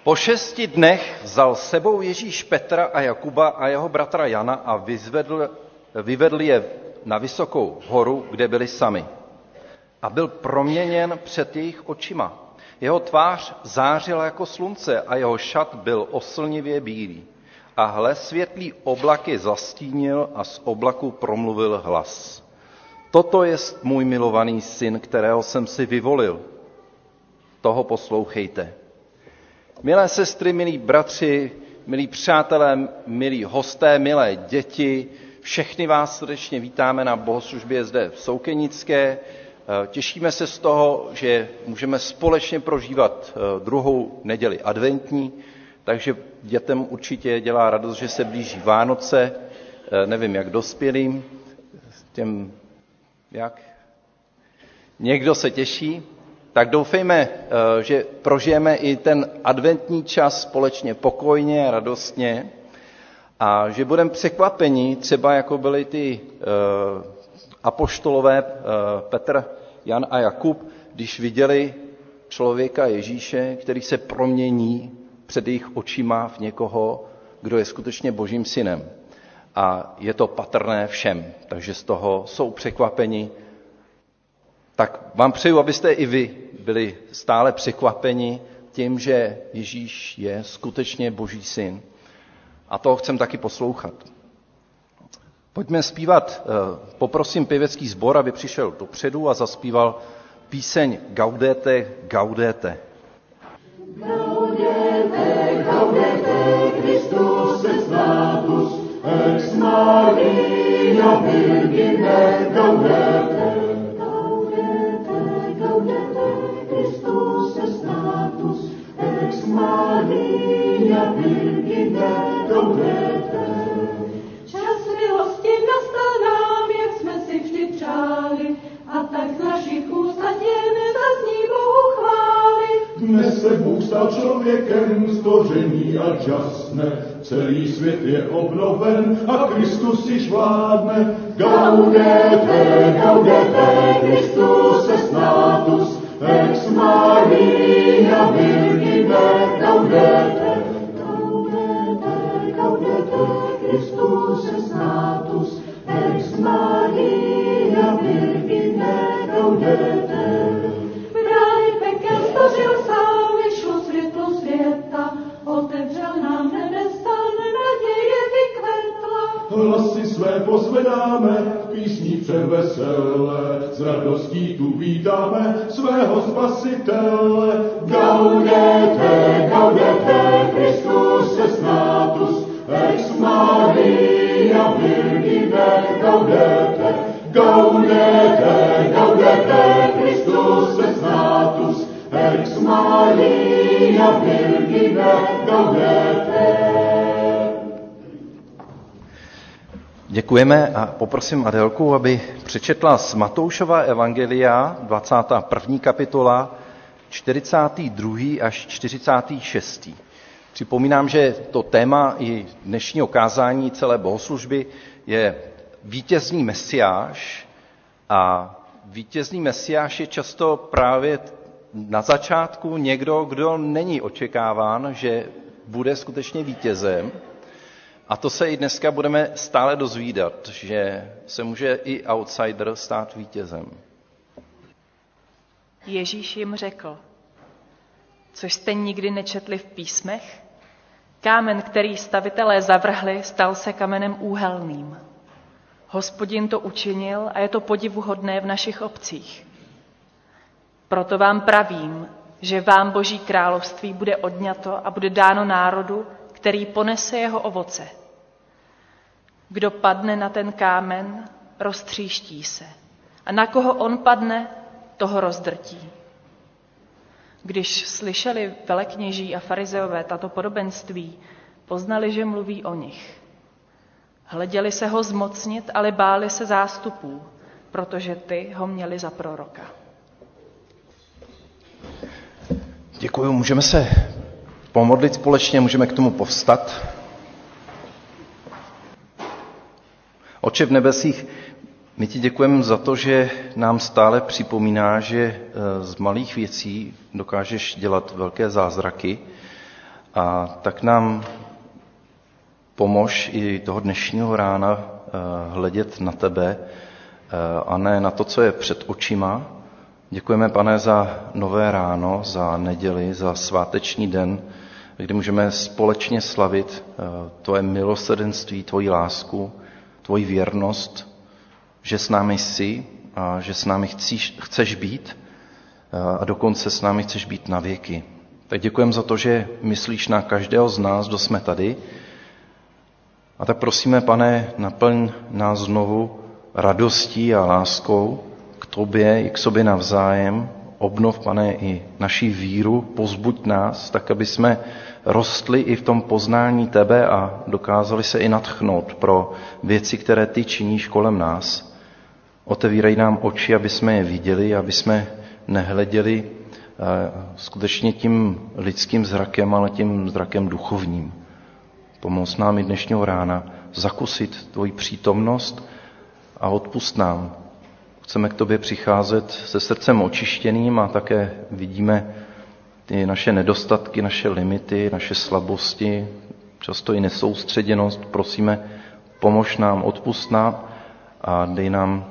Po 6 dnech vzal s sebou Ježíš Petra a Jakuba a jeho bratra Jana a vyvedl je na vysokou horu, kde byli sami. A byl proměněn před jejich očima. Jeho tvář zářila jako slunce a jeho šat byl oslnivě bílý. A hle, světlý oblak je zastínil a z oblaku promluvil hlas. Toto jest můj milovaný syn, kterého jsem si vyvolil. Toho poslouchejte. Milé sestry, milí bratři, milí přátelé, milí hosté, milé děti, všechny vás srdečně vítáme na bohoslužbě zde v Soukenické. Těšíme se z toho, že můžeme společně prožívat druhou neděli adventní, takže dětem určitě dělá radost, že se blíží Vánoce, nevím jak dospělým, těm jak? Někdo se těší, tak doufejme, že prožijeme i ten adventní čas společně pokojně, radostně a že budeme překvapeni, třeba jako byli ty apoštolové Petr, Jan a Jakub, když viděli člověka Ježíše, který se promění před jejich očima v někoho, kdo je skutečně Božím synem. A je to patrné všem, takže z toho jsou překvapeni. Tak vám přeju, abyste i vy byli stále překvapeni tím, že Ježíš je skutečně Boží syn. A toho chcem taky poslouchat. Pojďme zpívat, poprosím pěvecký sbor, aby přišel dopředu a zaspíval píseň Gaudete, Gaudete. Gaudete, Gaudete, Christus est natus, ex Maria Virgine, Gaudete. Gaudete, Gaudete, Christus est natus, ex Maria Virgine, Gaudete. Čas milosti nastal nám, jak jsme si vždy přáli, a tak z našich úst ať jen zazní Bohu chvály. Dnes se Bůh stal člověkem, stvoření a časné, celý svět je obnoven a Kristus již vládne. Gaudete, Gaudete, Christus est natus, ex Maria Virgine, Gaudete. Gaudete, Gaudete, Christus est natus, ex Maria Virgine, Gaudete. Brány pekel stvořil sám, vyšlo světlo světa, otevřel nám nebesa, naděje vykvetla. Hlasy své pozvedáme, písní převesele, s radostí tu vítáme svého Spasitele. Gaudete, Gaudete, Christus est natus, ex Maria Virgine, Gaudete. Gaudete, Gaudete, Christus est natus, ex Maria Virgine, Gaudete. Děkujeme a poprosím Adelku, aby přečetla z Matoušova evangelia 21. kapitola 42. až 46. Připomínám, že to téma i dnešního kázání celé bohoslužby je vítězný mesiáš a vítězný mesiáš je často právě na začátku někdo, kdo není očekáván, že bude skutečně vítězem. A to se i dneska budeme stále dozvídat, že se může i outsider stát vítězem. Ježíš jim řekl, což jste nikdy nečetli v písmech? Kámen, který stavitelé zavrhli, stal se kamenem úhelným. Hospodin to učinil a je to podivuhodné v našich obcích. Proto vám pravím, že vám Boží království bude odňato a bude dáno národu, který ponese jeho ovoce. Kdo padne na ten kámen, roztříští se. A na koho on padne, toho rozdrtí. Když slyšeli velekněží a farizeové tato podobenství, poznali, že mluví o nich. Hleděli se ho zmocnit, ale báli se zástupů, protože ty ho měli za proroka. Děkuju, můžeme se pomodlit společně, můžeme k tomu povstat. Otče v nebesích, my ti děkujeme za to, že nám stále připomíná, že z malých věcí dokážeš dělat velké zázraky A tak nám pomož i toho dnešního rána hledět na tebe a ne na to, co je před očima. Děkujeme, Pane, za nové ráno, za neděli, za sváteční den, kdy můžeme společně slavit tvoje milosrdenství, tvoji lásku, tvoji věrnost, že s námi jsi a že s námi chceš být a dokonce s námi chceš být na věky. Tak děkujeme za to, že myslíš na každého z nás, kdo jsme tady. A tak prosíme, Pane, naplň nás znovu radostí a láskou k tobě i k sobě navzájem. Obnov, Pane, i naši víru, pozbuď nás, tak aby jsme rostli i v tom poznání tebe a dokázali se i nadchnout pro věci, které ty činíš kolem nás. Otevírej nám oči, aby jsme je viděli, aby jsme nehleděli skutečně tím lidským zrakem, ale tím zrakem duchovním. Pomoz nám i dnešního rána zakusit tvoji přítomnost a odpusť nám. Chceme k tobě přicházet se srdcem očištěným a také vidíme ty naše nedostatky, naše limity, naše slabosti, často i nesoustředěnost. Prosíme, pomož nám, odpusť nám a dej nám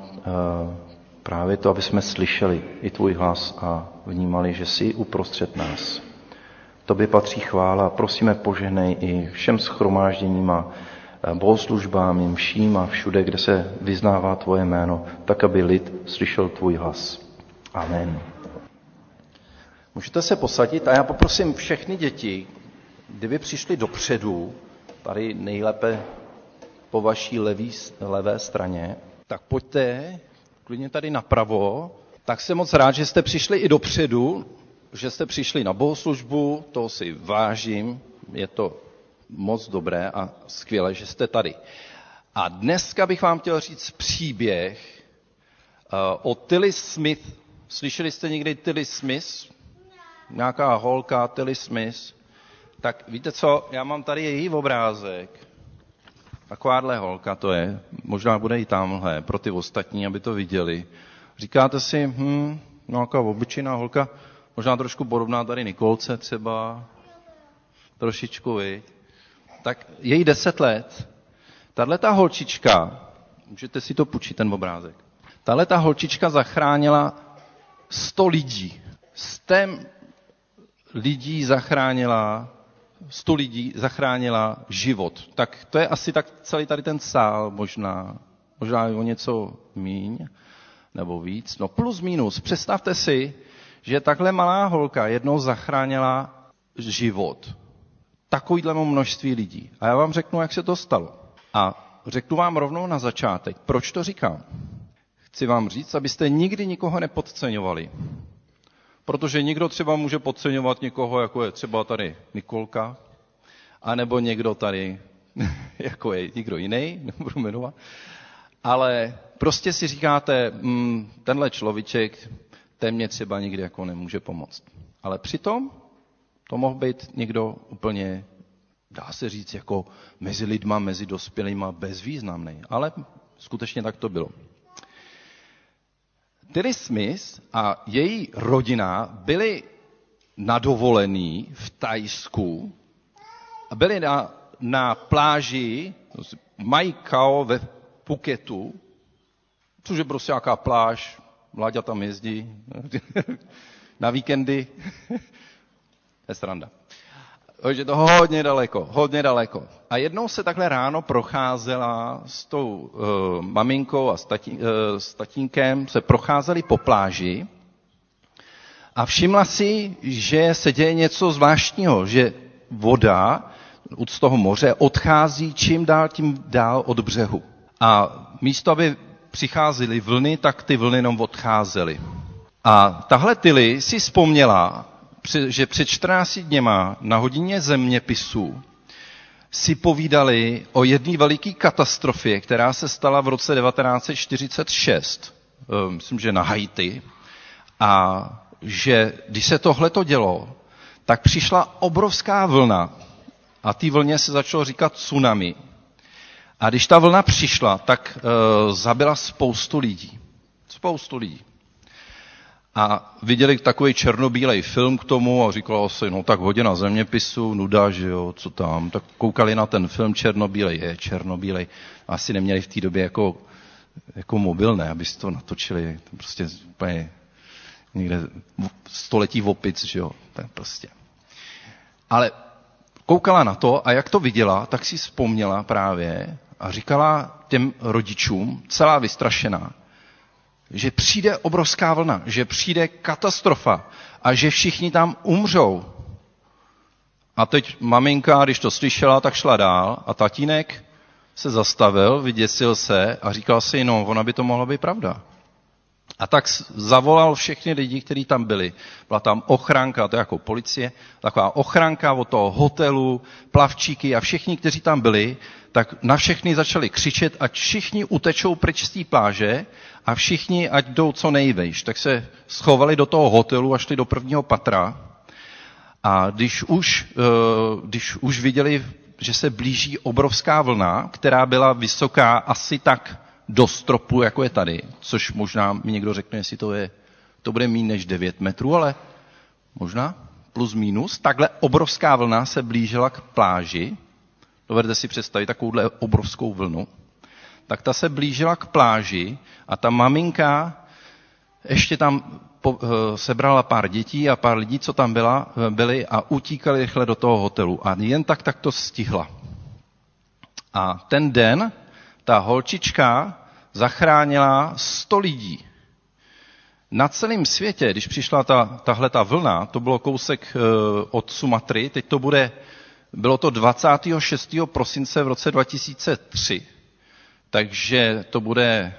právě to, aby jsme slyšeli i tvůj hlas a vnímali, že jsi uprostřed nás. Tobě patří chvála. Prosíme, požehnej i všem shromážděním a bohoslužbám, i mším a všude, kde se vyznává tvoje jméno, tak, aby lid slyšel tvůj hlas. Amen. Můžete se posadit a já poprosím všechny děti, kdyby přišli dopředu, tady nejlépe po vaší levé straně, tak pojďte klidně tady napravo. Tak jsem moc rád, že jste přišli i dopředu, že jste přišli na bohoslužbu, toho si vážím, je to moc dobré a skvělé, že jste tady. A dneska bych vám chtěl říct příběh o Tilly Smith. Slyšeli jste někdy Tilly Smith? Nějaká holka, Tilly Smith. Tak víte co, já mám tady její obrázek. Takováhle holka to je. Možná bude i tamhle, pro ty ostatní, aby to viděli. Říkáte si, nějaká obyčejná holka, možná trošku podobná tady Nikolce třeba. Trošičku, viď? Tak je jí 10 let. Tahleta holčička, můžete si to půjčit, ten obrázek. Tahleta holčička zachránila 100 lidí. 100 lidí zachránila život. Tak to je asi tak celý tady ten sál možná o něco míň nebo víc. No plus minus. Představte si, že takhle malá holka jednou zachránila život. Takovýhle množství lidí. A já vám řeknu, jak se to stalo. A řeknu vám rovnou na začátek, proč to říkám. Chci vám říct, abyste nikdy nikoho nepodceňovali. Protože někdo třeba může podceňovat někoho, jako je třeba tady Nikolka, anebo někdo tady, jako je někdo jiný, nebudu jmenovat. Ale prostě si říkáte, tenhle človíček, ten mě třeba nikdy jako nemůže pomoct. Ale přitom to mohl být někdo úplně, dá se říct, jako mezi lidma, mezi dospělýma bezvýznamný. Ale skutečně tak to bylo. Tilly Smith a její rodina byli na dovolený v Thajsku a byli na pláži Mai Khao ve Phuketu, což je prostě nějaká pláž, Láďa tam jezdí na víkendy. Je sranda. Je to hodně daleko. A jednou se takhle ráno procházela s tou maminkou a s tatínkem, se procházeli po pláži a všimla si, že se děje něco zvláštního, že voda z toho moře odchází čím dál od břehu. A místo, aby přicházely vlny, tak ty vlny jenom odcházely. A tahle Tilly si vzpomněla, že před 14 dněma na hodině zeměpisu si povídali o jedné veliké katastrofě, která se stala v roce 1946, myslím, že na Haiti. A že když se tohleto dělo, tak přišla obrovská vlna a té vlně se začalo říkat tsunami. A když ta vlna přišla, tak zabila spoustu lidí. A viděli takový černobílej film k tomu a říkalo si, no tak hodina zeměpisu, nuda, že jo, co tam. Tak koukali na ten film černobílej. Asi neměli v té době jako mobil, ne, aby si to natočili. Prostě úplně někde století opic, že jo, tak prostě. Ale koukala na to a jak to viděla, tak si vzpomněla právě a říkala těm rodičům, celá vystrašená, že přijde obrovská vlna, že přijde katastrofa a že všichni tam umřou. A teď maminka, když to slyšela, tak šla dál a tatínek se zastavil, vyděsil se a říkal si, no, ona by to mohla být pravda. A tak zavolal všechny lidi, kteří tam byli. Byla tam ochránka, to je jako policie, taková ochránka od toho hotelu, plavčíky a všichni, kteří tam byli, tak na všechny začali křičet, ať všichni utečou pryč z té pláže a všichni, ať jdou co nejvejš. Tak se schovali do toho hotelu a šli do prvního patra. A když už viděli, že se blíží obrovská vlna, která byla vysoká asi tak do stropu, jako je tady, což možná mi někdo řekne, jestli to bude méně než 9 metrů, ale možná plus minus. Takhle obrovská vlna se blížila k pláži. Dovedete si představit takovouhle obrovskou vlnu. Tak ta se blížila k pláži a ta maminka ještě tam sebrala pár dětí a pár lidí, co tam byli a utíkali rychle do toho hotelu. A jen tak to stihla. A ten den ta holčička zachránila 100 lidí. Na celém světě, když přišla tahleta vlna, to bylo kousek od Sumatry, teď bylo to 26. prosince v roce 2003, takže to bude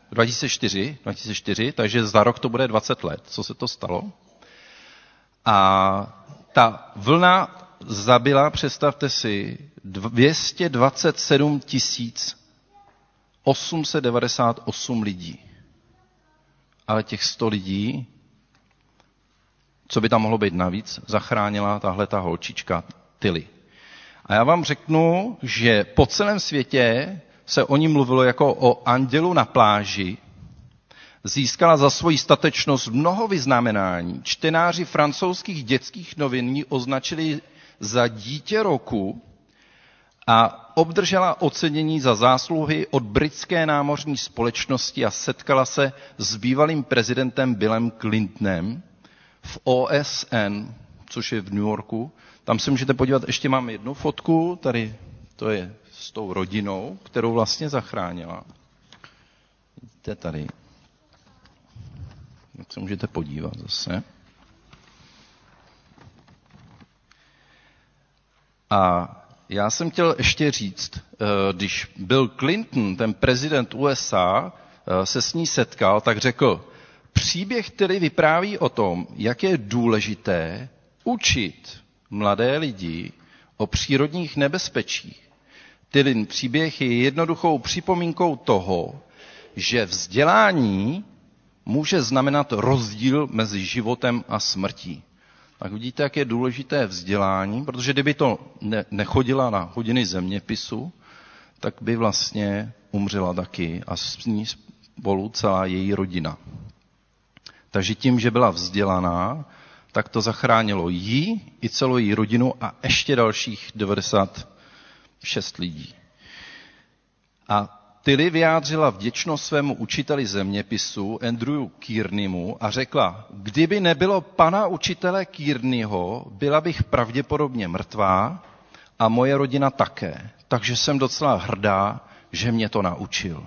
2004, takže za rok to bude 20 let, co se to stalo. A ta vlna zabila, představte si, 227 898 lidí. Ale těch 100 lidí, co by tam mohlo být navíc, zachránila tahleta holčička Tilly. A já vám řeknu, že po celém světě se o ní mluvilo jako o andělu na pláži. Získala za svoji statečnost mnoho vyznamenání. Čtenáři francouzských dětských novin ji označili za dítě roku a obdržela ocenění za zásluhy od britské námořní společnosti a setkala se s bývalým prezidentem Billem Clintonem v OSN, což je v New Yorku. Tam se můžete podívat, ještě mám jednu fotku, tady to je s tou rodinou, kterou vlastně zachránila. Vidíte tady. Tak se můžete podívat zase. A já jsem chtěl ještě říct, když Bill Clinton, ten prezident USA, se s ní setkal, tak řekl, příběh Tilly vypráví o tom, jak je důležité učit mladé lidi o přírodních nebezpečích. Tillyn příběh je jednoduchou připomínkou toho, že vzdělání může znamenat rozdíl mezi životem a smrtí. Tak vidíte, jak je důležité vzdělání, protože kdyby to nechodila na hodiny zeměpisu, tak by vlastně umřela taky a s ní spolu celá její rodina. Takže tím, že byla vzdělaná, tak to zachránilo jí i celou její rodinu a ještě dalších 96 lidí. A Tilly vyjádřila vděčnost svému učiteli zeměpisu Andrew Kearneymu a řekla, kdyby nebylo pana učitele Kearneyho, byla bych pravděpodobně mrtvá a moje rodina také. Takže jsem docela hrdá, že mě to naučil.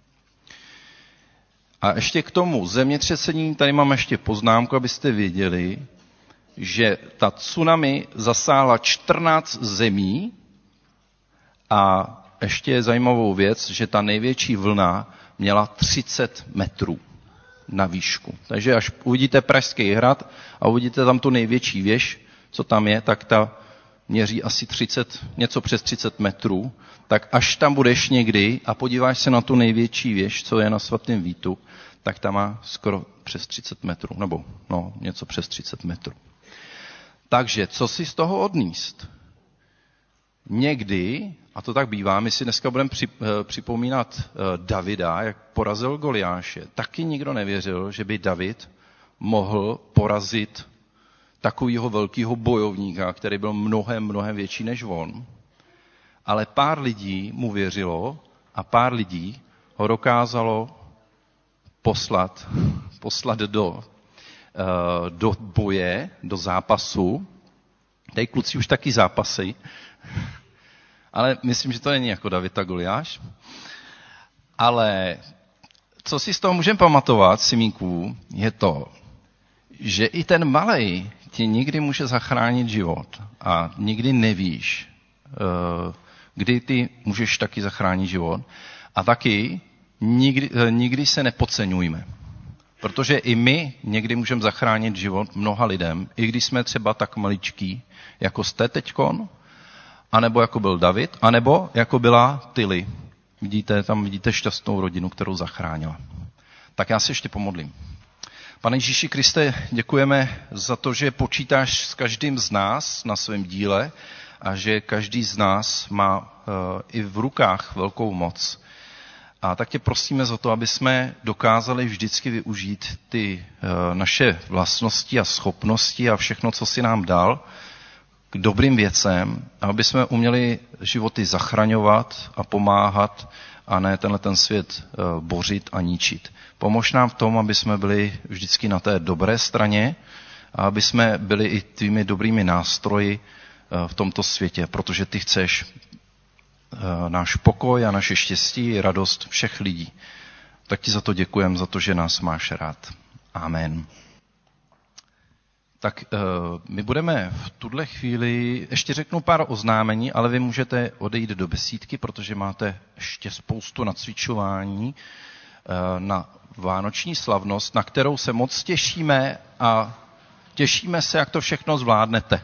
A ještě k tomu zemětřesení, tady mám ještě poznámku, abyste věděli, že ta tsunami zasáhla 14 zemí a ještě je zajímavou věc, že ta největší vlna měla 30 metrů na výšku. Takže až uvidíte Pražský hrad a uvidíte tam tu největší věž, co tam je, tak ta měří asi něco přes 30 metrů. Tak až tam budeš někdy a podíváš se na tu největší věž, co je na Svatém Vítu, tak tam má skoro přes 30 metrů, nebo něco přes 30 metrů. Takže co si z toho odníst? Někdy, a to tak bývá, my si dneska budeme připomínat Davida, jak porazil Goliáše. Taky nikdo nevěřil, že by David mohl porazit takového velkého bojovníka, který byl mnohem větší než on. Ale pár lidí mu věřilo a pár lidí ho dokázalo poslat do boje, do zápasu. Tady kluci už taky zápasy, ale myslím, že to není jako David a Goliáš. Ale co si z toho můžeme pamatovat, Simíků, je to, že i ten malej ti nikdy může zachránit život a nikdy nevíš, kdy ty můžeš taky zachránit život. A taky nikdy se nepodceňujme. Protože i my někdy můžeme zachránit život mnoha lidem, i když jsme třeba tak maličký, jako jste teďkon, anebo jako byl David, anebo jako byla Tilly. Tam vidíte šťastnou rodinu, kterou zachránila. Tak já se ještě pomodlím. Pane Ježíši Kriste, děkujeme za to, že počítáš s každým z nás na svém díle a že každý z nás má i v rukách velkou moc. A tak tě prosíme za to, aby jsme dokázali vždycky využít ty naše vlastnosti a schopnosti a všechno, co jsi nám dal, k dobrým věcem, aby jsme uměli životy zachraňovat a pomáhat a ne ten svět bořit a ničit. Pomož nám v tom, aby jsme byli vždycky na té dobré straně a aby jsme byli i tvými dobrými nástroji v tomto světě, protože ty chceš náš pokoj a naše štěstí i radost všech lidí. Tak ti za to děkujem, za to, že nás máš rád. Amen. Tak my budeme v tuhle chvíli, ještě řeknu pár oznámení, ale vy můžete odejít do besídky, protože máte ještě spoustu nacvičování na vánoční slavnost, na kterou se moc těšíme a těšíme se, jak to všechno zvládnete.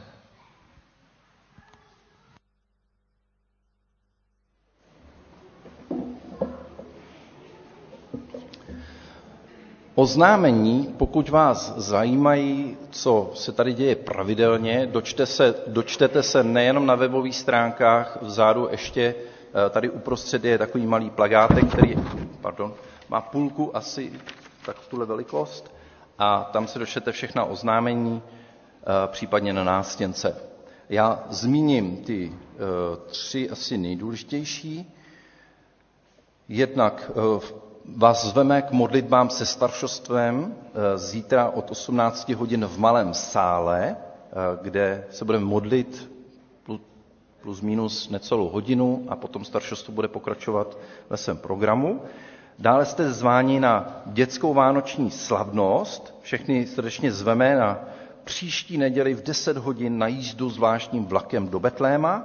Oznámení, pokud vás zajímají, co se tady děje pravidelně, dočtete se nejenom na webových stránkách, vzadu ještě tady uprostřed je takový malý plagátek, který má půlku asi tak tuhle velikost a tam se dočtete všechna oznámení, případně na nástěnce. Já zmíním ty 3 asi nejdůležitější. Jednak vás zveme k modlitbám se staršostvem zítra od 18 hodin v malém sále, kde se budeme modlit plus minus necelou hodinu a potom staršostvo bude pokračovat ve svém programu. Dále jste zváni na dětskou vánoční slavnost. Všechny srdečně zveme na příští neděli v 10 hodin na jízdu zvláštním vlakem do Betléma.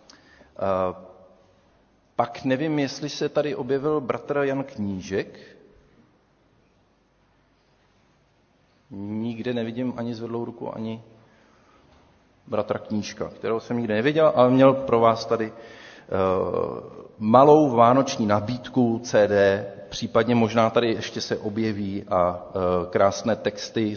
Pak nevím, jestli se tady objevil bratr Jan Knížek. Nikde nevidím ani zvedlou ruku, ani bratra Knížka, kterého jsem nikde neviděl, ale měl pro vás tady malou vánoční nabídku CD, případně možná tady ještě se objeví a krásné texty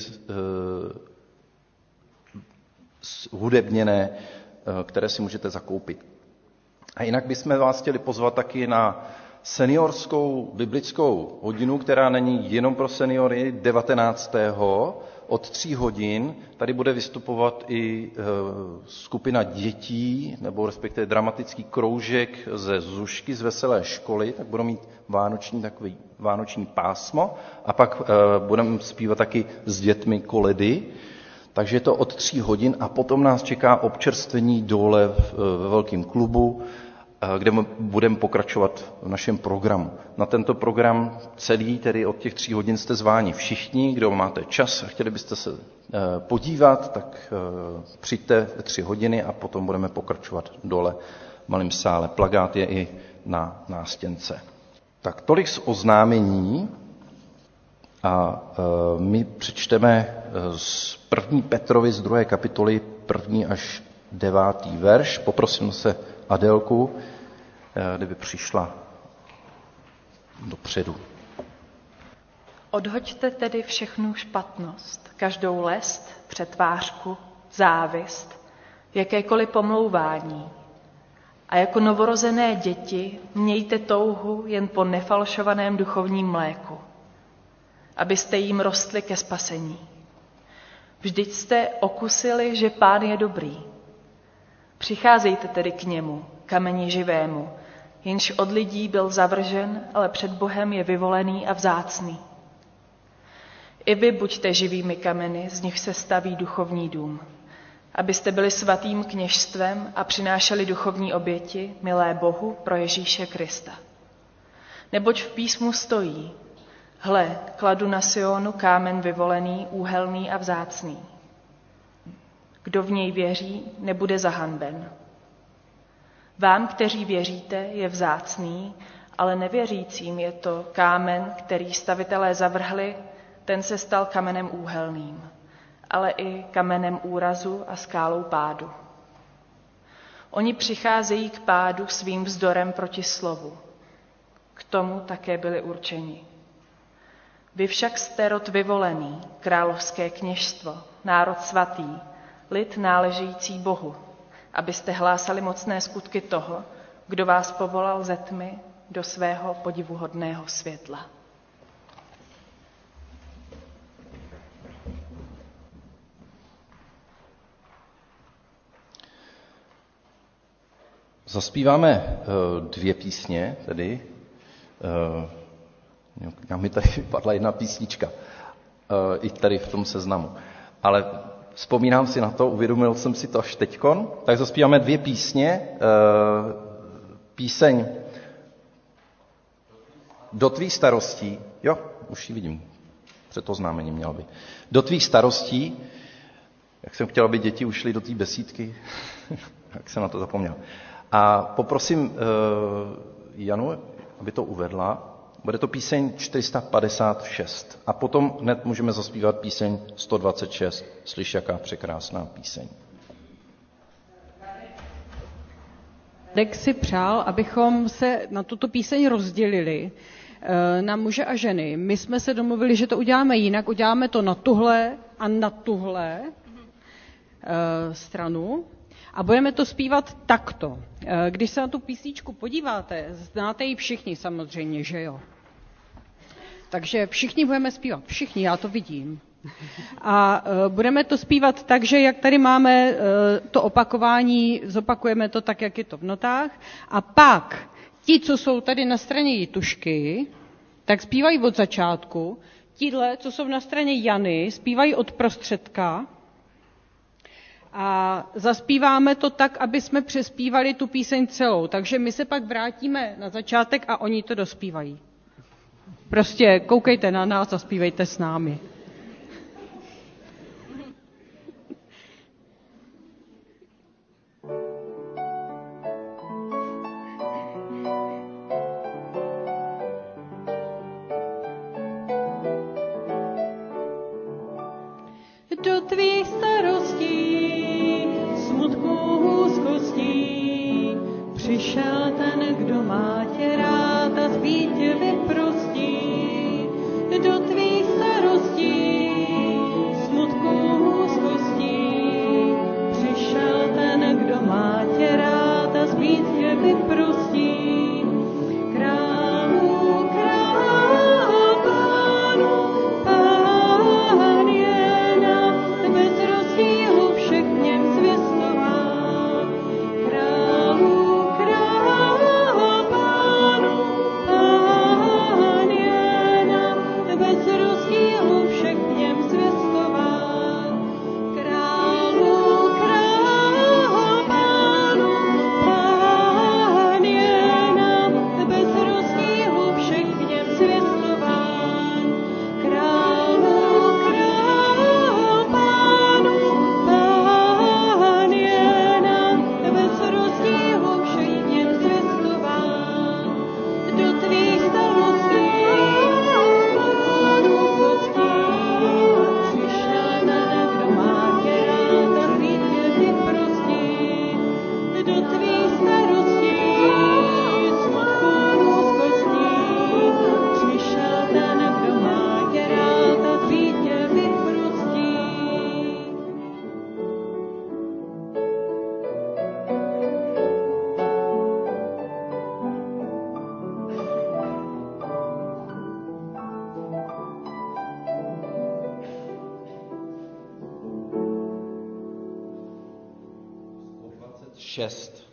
hudebněné, které si můžete zakoupit. A jinak bychom vás chtěli pozvat taky na seniorskou biblickou hodinu, která není jenom pro seniory, 19. od 3 hodin. Tady bude vystupovat i skupina dětí, nebo respektive dramatický kroužek ze Zušky, z Veselé školy, tak budou mít vánoční pásmo a pak budeme zpívat taky s dětmi koledy. Takže je to od 3 hodin a potom nás čeká občerstvení dole ve velkém klubu, kde budeme pokračovat v našem programu. Na tento program celý, tedy od těch 3 hodin, jste zváni všichni, kdo máte čas a chtěli byste se podívat, tak přijďte ve 3 hodiny a potom budeme pokračovat dole v malém sále. Plakát je i na nástěnce. Tak tolik z oznámení a my přečteme z 1. Petrovi z 2. kapitoly 1. až 9. verš. Poprosím se Adélku, kdyby přišla dopředu. Odhoďte tedy všechnu špatnost, každou lest, přetvářku, závist, jakékoliv pomlouvání. A jako novorozené děti mějte touhu jen po nefalšovaném duchovním mléku, abyste jim rostli ke spasení. Vždyť jste okusili, že Pán je dobrý. Přicházejte tedy k němu, kameni živému, jenž od lidí byl zavržen, ale před Bohem je vyvolený a vzácný. I vy buďte živými kameny, z nich se staví duchovní dům, abyste byli svatým kněžstvem a přinášeli duchovní oběti, milé Bohu, pro Ježíše Krista. Neboť v písmu stojí: Hle, kladu na Sionu kámen vyvolený, úhelný a vzácný. Kdo v něj věří, nebude zahanben. Vám, kteří věříte, je vzácný, ale nevěřícím je to kámen, který stavitelé zavrhli, ten se stal kamenem úhelným, ale i kamenem úrazu a skálou pádu. Oni přicházejí k pádu svým vzdorem proti slovu. K tomu také byli určeni. Vy však jste rod vyvolený, královské kněžstvo, národ svatý, lid náležející Bohu, abyste hlásali mocné skutky toho, kdo vás povolal ze tmy do svého podivuhodného světla. Zaspíváme 2 písně, tedy. Já mi tady vypadla jedna písnička, i tady v tom seznamu. Ale vzpomínám si na to, uvědomil jsem si to až teďkon, tak zaspíváme 2 písně. Píseň Do tvých starostí, jo, už ji vidím, před oznámením měla být. Do tvých starostí, jak jsem chtěl, aby děti ušly do té besídky, jak jsem na to zapomněl. A poprosím Janu, aby to uvedla. Bude to píseň 456. A potom hned můžeme zaspívat píseň 126. Slyš, jaká překrásná píseň. Radek si přál, abychom se na tuto píseň rozdělili na muže a ženy. My jsme se domluvili, že to uděláme jinak. Uděláme to na tuhle a na tuhle stranu. A budeme to zpívat takto. Když se na tu písničku podíváte, znáte ji všichni samozřejmě, že jo? Takže všichni budeme zpívat. Všichni, já to vidím. A budeme to zpívat tak, že jak tady máme to opakování, zopakujeme to tak, jak je to v notách. A pak ti, co jsou tady na straně Jitušky, tak zpívají od začátku. Tihle, co jsou na straně Jany, zpívají od prostředka. A zaspíváme to tak, aby jsme přespívali tu píseň celou. Takže my se pak vrátíme na začátek a oni to dospívají. Prostě koukejte na nás a zpívejte s námi. Do tvých starostí, smutků, úzkostí, přišel ten, kdo má tě rád a zbýt tě vyprostí. Do tvých starostí, smutků, úzkostí, přišel ten, kdo má tě rád a zbýt tě vyprostí. Králu, král, Pánu, Pán je bez rozdílu všech něm zvěstován. Králu, král, Pánu, Pán je bez rozdílu všech něm zvěstován. Králu, král, Pánu, Pán je bez rozdílu všech něm zvěstován. Králu, král, Pánu, Pán je bez rozdílu všech něm zvěstován. Do tvých starostí, smutku, úzkostí, přišel ten, kdo má tě rád a zbýt tě vyprostí. Do tvých starostí, smutku, úzkostí, přišel ten, kdo má tě rád a zbýt tě vyprostí. 6.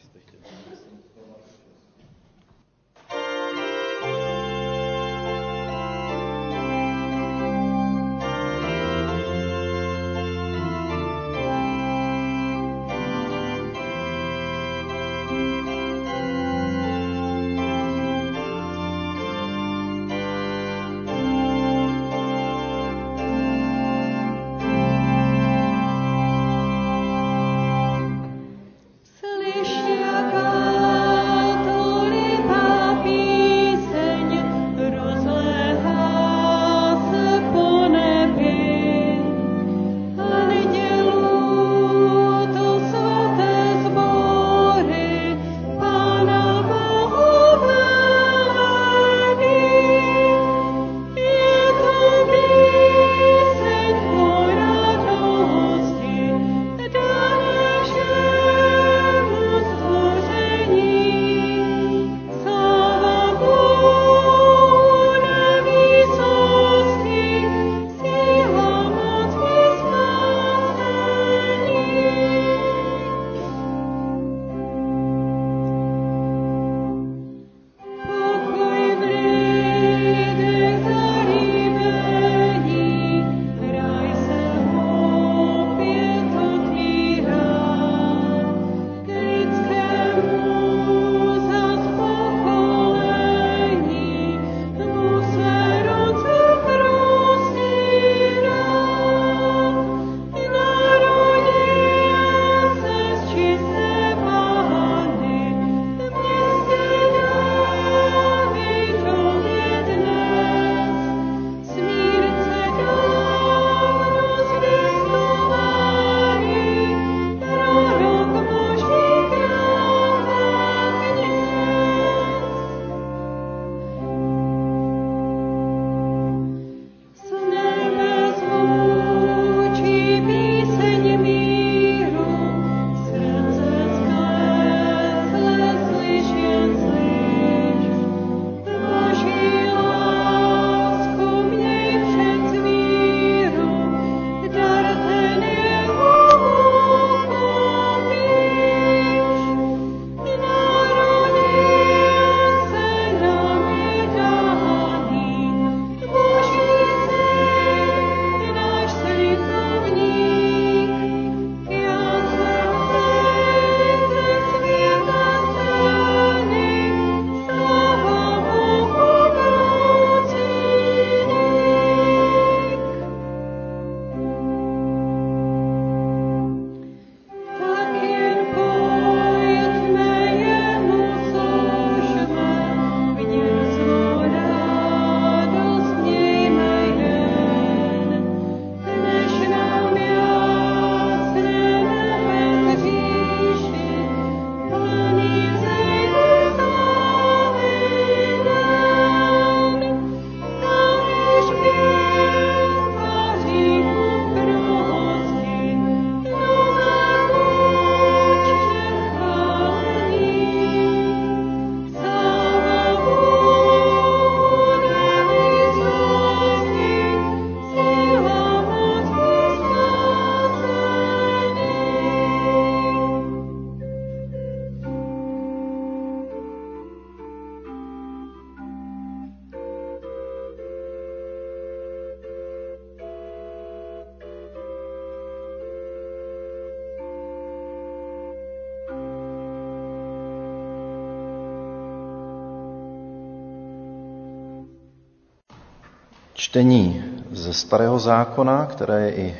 Čtení ze Starého zákona, které je i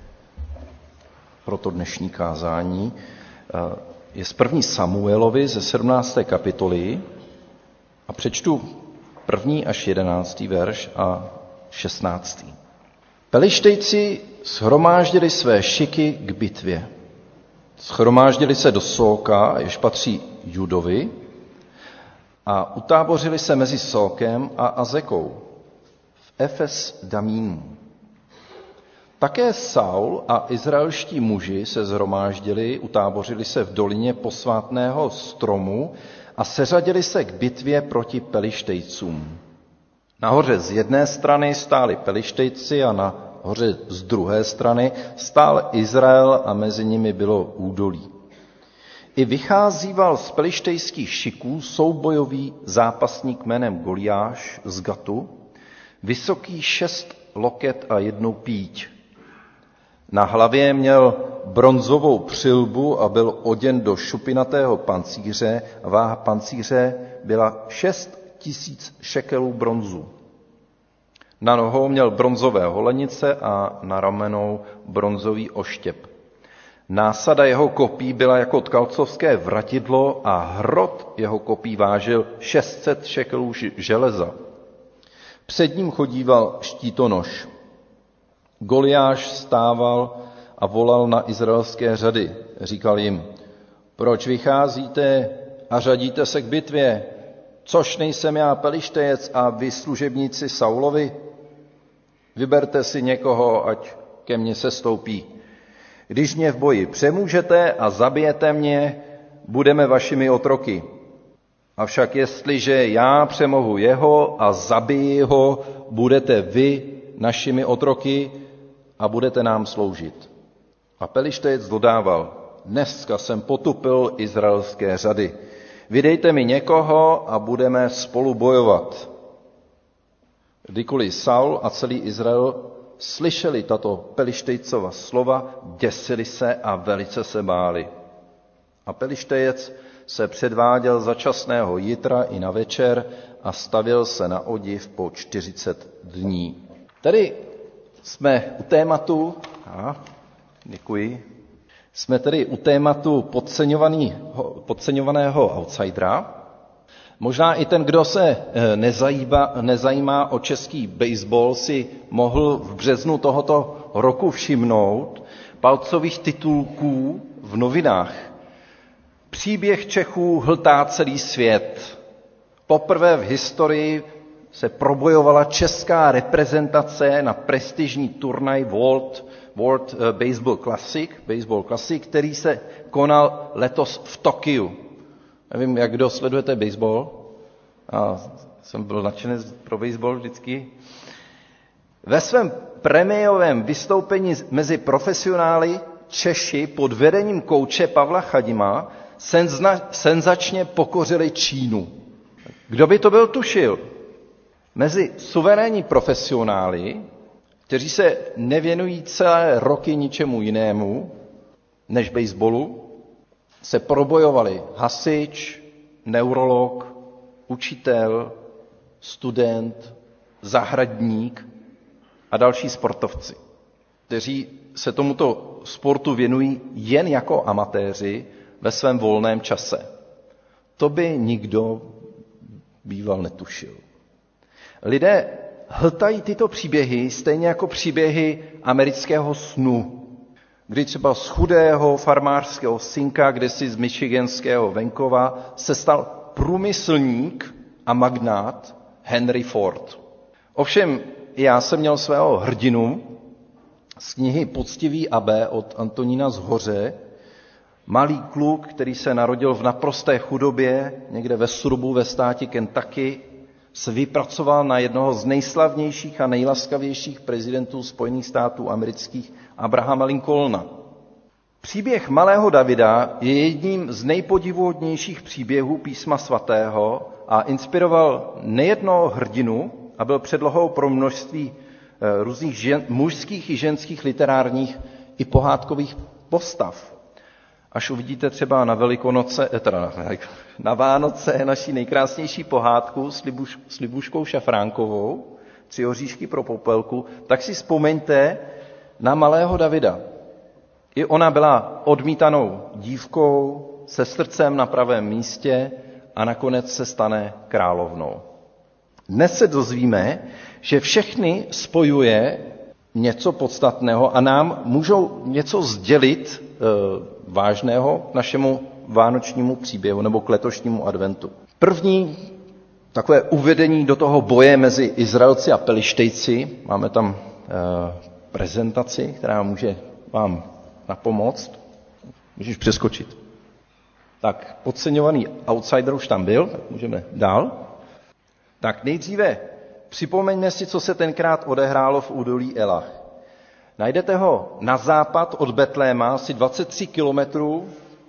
pro to dnešní kázání, je z 1. Samuelovi ze 17. kapitoly a přečtu 1. až 11. verš a 16. Pelištejci shromáždili své šiky k bitvě. Shromáždili se do Sóka, jež patří Judovi, a utábořili se mezi Sókem a Azekou v Efes Damínu. Také Saul a izraelští muži se shromáždili, utábořili se v dolině posvátného stromu a seřadili se k bitvě proti Pelištejcům. Nahoře z jedné strany stáli Pelištejci a nahoře z druhé strany stál Izrael a mezi nimi bylo údolí. I vycházíval z pelištejských šiků soubojový zápasník jménem Goliáš z Gatu, vysoký 6 loket a 1 píď. Na hlavě měl bronzovou přilbu a byl oděn do šupinatého pancíře. Váha pancíře byla 6 000 šekelů bronzu. Na nohou měl bronzové holenice a na ramenou bronzový oštěp. Násada jeho kopí byla jako tkalcovské vratidlo a hrot jeho kopí vážil 600 šekelů železa. Před ním chodíval štítonoš. Goliáš stával a volal na izraelské řady. Říkal jim, proč vycházíte a řadíte se k bitvě? Což nejsem já pelištejec a vy služebníci Saulovi? Vyberte si někoho, ať ke mně sestoupí. Když mě v boji přemůžete a zabijete mě, budeme vašimi otroky. Avšak jestliže já přemohu jeho a zabiji ho, budete vy našimi otroky a budete nám sloužit. A pelištejec dodával, dneska jsem potupil izraelské řady. Vydejte mi někoho a budeme spolu bojovat. Kdykoliv Saul a celý Izrael slyšeli tato Pelištejcova slova, děsili se a velice se báli. A Pelištejec se předváděl za časného jitra i na večer a stavil se na odiv po 40 dní. Tady jsme u tématu, jsme tedy u tématu podceňovaného outsidera. Možná i ten, kdo se nezajímá o český baseball, si mohl v březnu tohoto roku všimnout palcových titulků v novinách. Příběh Čechů hltá celý svět. Poprvé v historii se probojovala česká reprezentace na prestižní turnaj World Baseball Classic, který se konal letos v Tokiu. Nevím, jak kdo sledujete baseball. Jsem byl nadšenec pro baseball vždycky. Ve svém premiérovém vystoupení mezi profesionály Češi pod vedením kouče Pavla Chadima senzačně pokořili Čínu. Kdo by to byl tušil? Mezi suverénní profesionály, kteří se nevěnují celé roky ničemu jinému než baseballu, se probojovali hasič, neurolog, učitel, student, zahradník a další sportovci, kteří se tomuto sportu věnují jen jako amatéři ve svém volném čase. To by nikdo býval netušil. Lidé hltají tyto příběhy stejně jako příběhy amerického snu, kdy třeba z chudého farmářského synka, kdesi z michiganského venkova, se stal průmyslník a magnát Henry Ford. Ovšem, já jsem měl svého hrdinu z knihy Poctivý Abe od Antonína Zhoře, malý kluk, který se narodil v naprosté chudobě, někde ve Srubu ve státě Kentucky, se vypracoval na jednoho z nejslavnějších a nejlaskavějších prezidentů Spojených států amerických, Abrahama Lincolna. Příběh malého Davida je jedním z nejpodivuhodnějších příběhů písma svatého a inspiroval nejednoho hrdinu a byl předlohou pro množství různých mužských i ženských literárních i pohádkových postav. Až uvidíte třeba na Vánoce naší nejkrásnější pohádku s Libuškou Šafránkovou, 3 oříšky pro popelku, tak si vzpomeňte na malého Davida. I ona byla odmítanou dívkou, se srdcem na pravém místě a nakonec se stane královnou. Dnes se dozvíme, že všechny spojuje něco podstatného a nám můžou něco sdělit vážného k našemu vánočnímu příběhu nebo k letošnímu adventu. První takové uvedení do toho boje mezi Izraelci a Pelištejci. Máme tam prezentaci, která může vám napomoct. Můžeš přeskočit. Tak, podceňovaný outsider už tam byl, tak můžeme dál. Tak nejdříve připomeňme si, co se tenkrát odehrálo v údolí Elach. Najdete ho na západ od Betléma, asi 23 kilometrů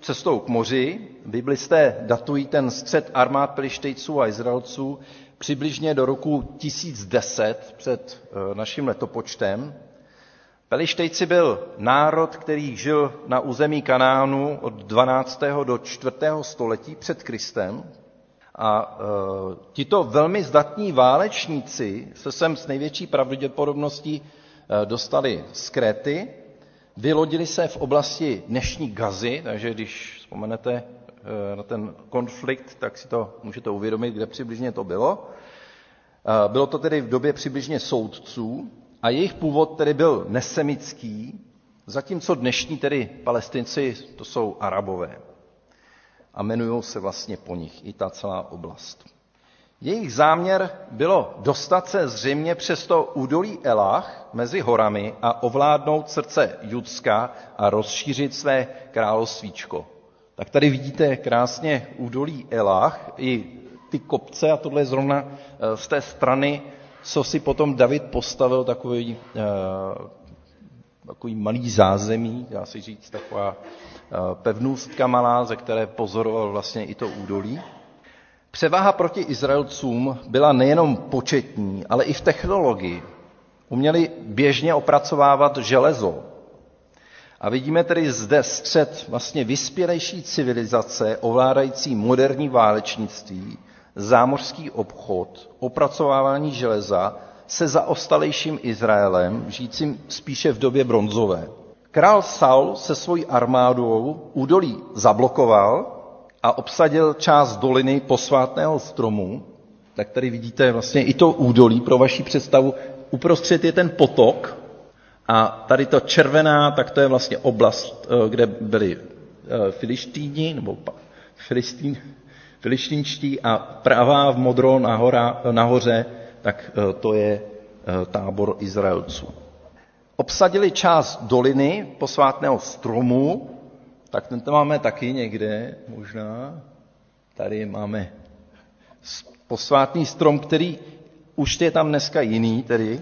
cestou k moři. Biblisté datují ten střet armád Pelištejců a Izraelců přibližně do roku 1010 před naším letopočtem. Pelištejci byl národ, který žil na území Kanánu od 12. do 4. století před Kristem. A tito velmi zdatní válečníci se sem s největší pravděpodobností dostali z Kréty, vylodili se v oblasti dnešní Gazy, takže když vzpomenete na ten konflikt, tak si to můžete uvědomit, kde přibližně to bylo. Bylo to tedy v době přibližně soudců a jejich původ tedy byl nesemický, zatímco dnešní tedy Palestinci to jsou Arabové. A jmenují se vlastně po nich i ta celá oblast. Jejich záměr bylo dostat se zřejmě přes to údolí Elach mezi horami a ovládnout srdce Judska a rozšířit své královstvíčko. Tak tady vidíte krásně údolí Elach i ty kopce a tohle je zrovna z té strany, co si potom David postavil, takový malý zázemí, dá se říct, taková pevnůstka malá, ze které pozoroval vlastně i to údolí. Převaha proti Izraelcům byla nejenom početní, ale i v technologii. Uměli běžně opracovávat železo. A vidíme tedy zde střed vlastně vyspělejší civilizace, ovládající moderní válečnictví, zámořský obchod, opracovávání železa se zaostalejším Izraelem, žijícím spíše v době bronzové. Král Saul se svojí armádou údolí zablokoval a obsadil část doliny posvátného stromu. Tak tady vidíte vlastně i to údolí, pro vaši představu. Uprostřed je ten potok a tady to červená, tak to je vlastně oblast, kde byli Filištíni, nebo filištínští a pravá v modro nahoře, tak to je tábor Izraelců. Obsadili část doliny posvátného stromu, tak tento máme taky někde, možná. Tady máme posvátný strom, který už je tam dneska jiný, tedy,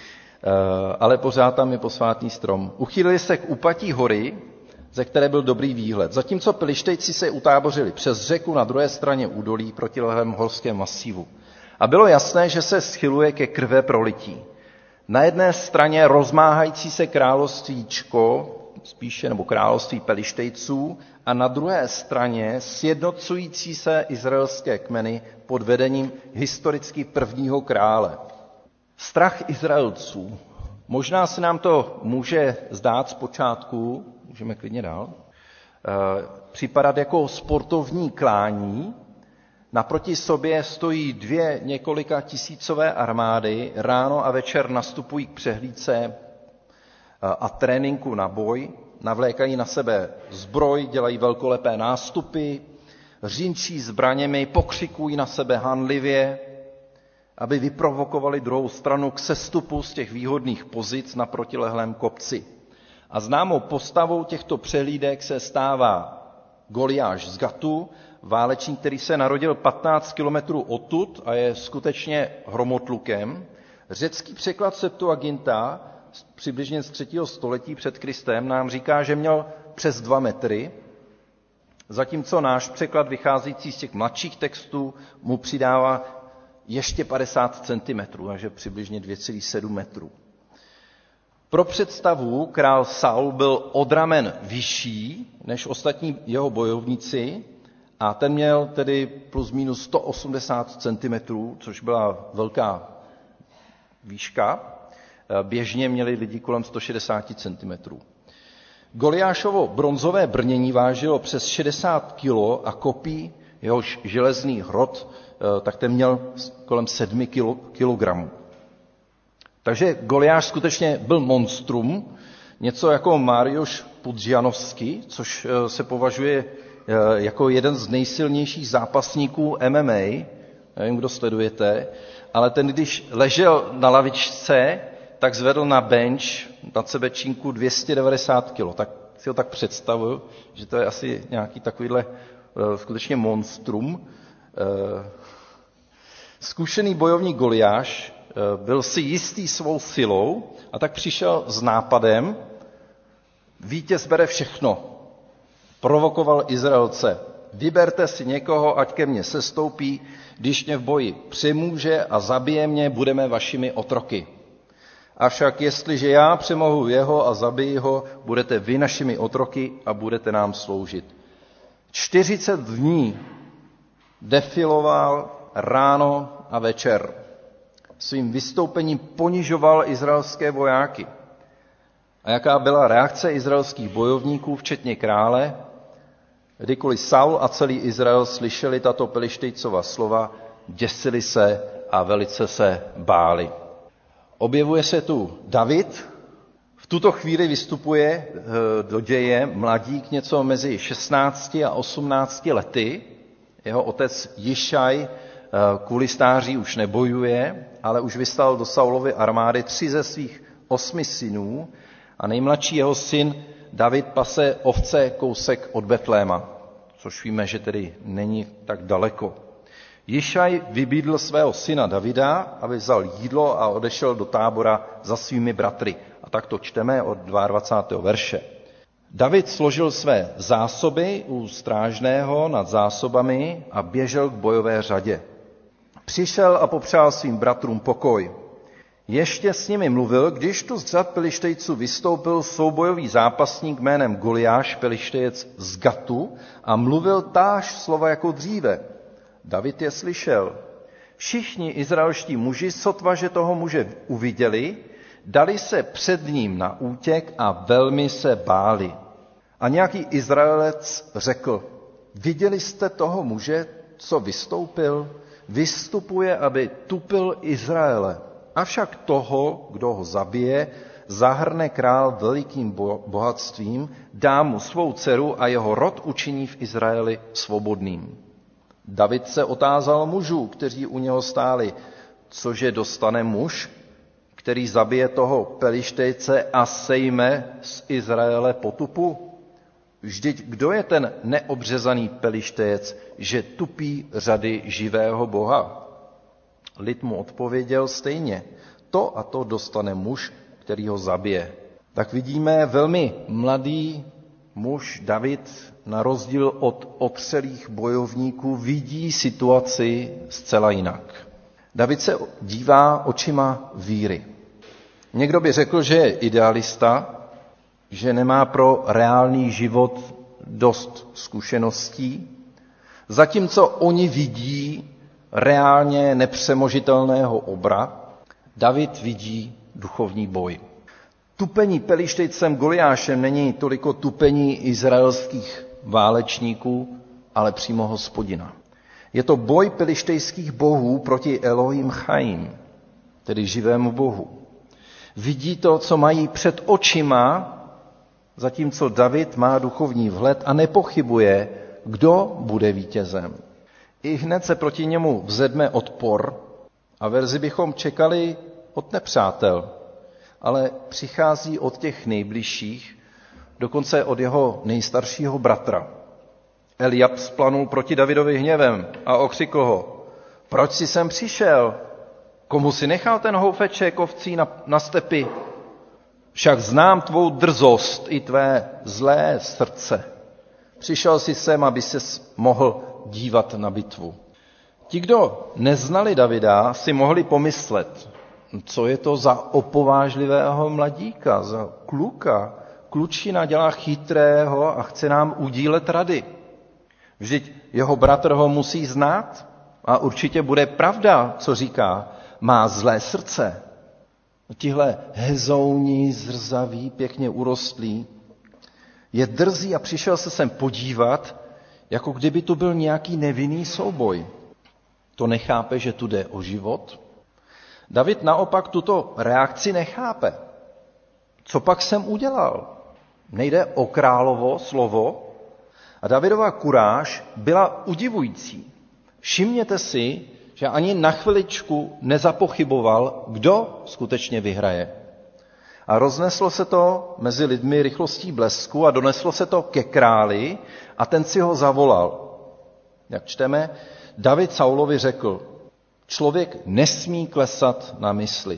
ale pořád tam je posvátný strom. Uchýlili se k úpatí hory, ze které byl dobrý výhled. Zatímco Pelištejci se utábořili přes řeku na druhé straně údolí proti lehému horském masívu. A bylo jasné, že se schyluje ke krve prolití. Na jedné straně rozmáhající se královstvíčko, spíše nebo království Pelištejců, a na druhé straně sjednocující se izraelské kmeny pod vedením historicky prvního krále. Strach Izraelců. Možná se nám to může zdát zpočátku, můžeme klidně dál, připadat jako sportovní klání. Naproti sobě stojí dvě několika tisícové armády, ráno a večer nastupují k přehlídce a tréninku na boj, navlékají na sebe zbroj, dělají velkolepé nástupy, řinčí zbraněmi, pokřikují na sebe hanlivě, aby vyprovokovali druhou stranu k sestupu z těch výhodných pozic na protilehlém kopci. A známou postavou těchto přehlídek se stává Goliáš z Gatu, válečník, který se narodil 15 kilometrů odtud a je skutečně hromotlukem. Řecký překlad Septuaginta přibližně z 3. století před Kristem nám říká, že měl přes 2 metry, zatímco náš překlad vycházející z těch mladších textů mu přidává ještě 50 cm, takže přibližně 2,7 metrů. Pro představu, král Saul byl od ramen vyšší než ostatní jeho bojovníci a ten měl tedy plus minus 180 cm, což byla velká výška. Běžně měli lidi kolem 160 cm. Goliášovo bronzové brnění vážilo přes 60 kg a kopí, jehož železný hrot, tak ten měl kolem 7 kilogramů. Takže Goliáš skutečně byl monstrum, něco jako Mariusz Pudzianowski, což se považuje jako jeden z nejsilnějších zápasníků MMA, nevím, kdo sledujete, ale ten, když ležel na lavičce, tak zvedl na bench, na sebečínku 290 kg. Tak si ho tak představuju, že to je asi nějaký takovýhle skutečně monstrum. Zkušený bojovník Goliáš byl si jistý svou silou a tak přišel s nápadem, vítěz bere všechno. provokoval Izraelce: vyberte si někoho, ať ke mně sestoupí, když mě v boji přemůže a zabije mě, budeme vašimi otroky. Avšak jestliže já přemohu jeho a zabiji ho, budete vy našimi otroky a budete nám sloužit. 40 dní defiloval ráno a večer. Svým vystoupením ponižoval izraelské vojáky. A jaká byla reakce izraelských bojovníků, včetně krále? Kdykoliv Saul a celý Izrael slyšeli tato Pelištejcova slova, děsili se a velice se báli. Objevuje se tu David. V tuto chvíli vystupuje do děje mladík něco mezi 16 a 18 lety. Jeho otec Jišaj kvůli stáří už nebojuje, ale už vyslal do Saulovy armády 3 ze svých 8 synů a nejmladší jeho syn David pase ovce kousek od Betléma, což víme, že tedy není tak daleko. Jišaj vybídl svého syna Davida, aby vzal jídlo a odešel do tábora za svými bratry. A tak to čteme od 22. verše. David složil své zásoby u strážného nad zásobami a běžel k bojové řadě. Přišel a popřál svým bratrům pokoj. Ještě s nimi mluvil, když tu z řad Pelištejců vystoupil soubojový zápasník jménem Goliáš, Pelištejec z Gatu, a mluvil táž slova jako dříve. David je slyšel. Všichni izraelští muži, sotva, že toho muže uviděli, dali se před ním na útěk a velmi se báli. A nějaký Izraelec řekl: viděli jste toho muže, co vystoupil? Vystupuje, aby tupil Izraele. Avšak toho, kdo ho zabije, zahrne král velikým bohatstvím, dá mu svou dceru a jeho rod učiní v Izraeli svobodným. David se otázal mužů, kteří u něho stáli: cože dostane muž, který zabije toho Pelištejce a sejme z Izraele potupu? Vždyť kdo je ten neobřezaný Pelištejec, že tupí řady živého Boha? Lid mu odpověděl stejně: to a to dostane muž, který ho zabije. Tak vidíme, velmi mladý muž David, na rozdíl od otřelých bojovníků, vidí situaci zcela jinak. David se dívá očima víry. Někdo by řekl, že je idealista, že nemá pro reálný život dost zkušeností, zatímco oni vidí reálně nepřemožitelného obra, David vidí duchovní boj. Tupení Pelištejcem Goliášem není toliko tupení izraelských válečníků, ale přímo Hospodina. Je to boj pelištejských bohů proti Elohim Chaim, tedy živému Bohu. Vidí to, co mají před očima, zatímco David má duchovní vhled a nepochybuje, kdo bude vítězem. I hned se proti němu vzedme odpor a verzi bychom čekali od nepřátel, ale přichází od těch nejbližších, dokonce od jeho nejstaršího bratra. Eliab splanul proti Davidovi hněvem a okřikl ho: proč jsi sem přišel? Komu si nechal ten houfeček ovcí na stepi? Však znám tvou drzost i tvé zlé srdce. Přišel jsi sem, aby ses mohl dívat na bitvu. Ti, kdo neznali Davida, si mohli pomyslet, co je to za opovážlivého mladíka, za kluka. Klučina dělá chytrého a chce nám udílet rady. Vždyť jeho bratr ho musí znát a určitě bude pravda, co říká. Má zlé srdce. Tihle hezouni, zrzaví, pěkně urostlí, je drzí a přišel se sem podívat, jako kdyby tu byl nějaký nevinný souboj. To nechápe, že tu jde o život? David naopak tuto reakci nechápe. Co pak jsem udělal? Nejde o královo slovo? A Davidova kuráž byla udivující. Všimněte si, že ani na chviličku nezapochyboval, kdo skutečně vyhraje. A rozneslo se to mezi lidmi rychlostí blesku a doneslo se to ke králi a ten si ho zavolal. Jak čteme, David Saulovi řekl: člověk nesmí klesat na mysli.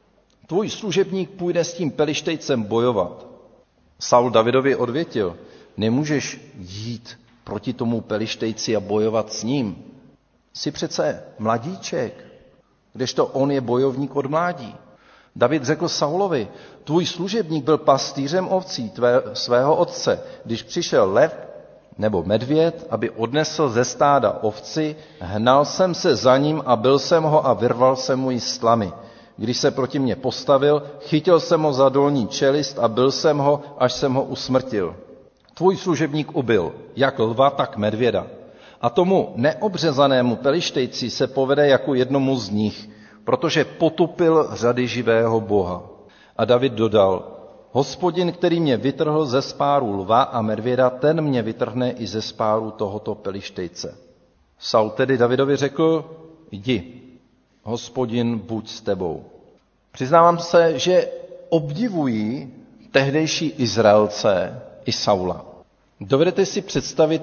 Tvůj služebník půjde s tím Pelištejcem bojovat. Saul Davidovi odvětil: nemůžeš jít proti tomu Pelištejci a bojovat s ním. Jsi přece mladíček, kdežto on je bojovník od mládí. David řekl Saulovi, tvůj služebník byl pastýřem ovcí svého otce. Když přišel lev nebo medvěd, aby odnesl ze stáda ovci, hnal jsem se za ním a byl jsem ho a vyrval jsem mu ji z tlamy. Když se proti mně postavil, chytil jsem ho za dolní čelist a byl jsem ho, až jsem ho usmrtil. Tvůj služebník ubil, jak lva, tak medvěda. A tomu neobřezanému Pelištejci se povede jako jednomu z nich, protože potupil řady živého Boha. A David dodal, Hospodin, který mě vytrhl ze spáru lva a medvěda, ten mě vytrhne i ze spáru tohoto Pelištejce. Saul tedy Davidovi řekl, jdi, Hospodin buď s tebou. Přiznávám se, že obdivuji tehdejší Izraelce i Saula. Dovedete si představit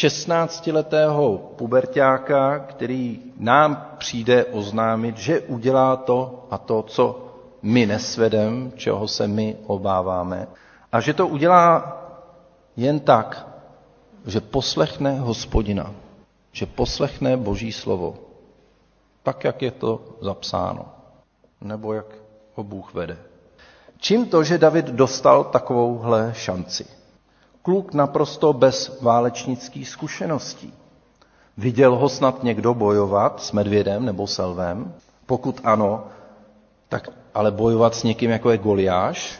16letého puberťáka, který nám přijde oznámit, že udělá to a to, co my nesvedem, čeho se my obáváme, a že to udělá jen tak, že poslechne Hospodina, že poslechne Boží slovo, tak, jak je to zapsáno, nebo jak ho Bůh vede. Čím to, že David dostal takovouhle šanci? Kluk naprosto bez válečnických zkušeností. Viděl ho snad někdo bojovat s medvědem nebo s lvem? Pokud ano, tak ale bojovat s někým, jako je Goliáš,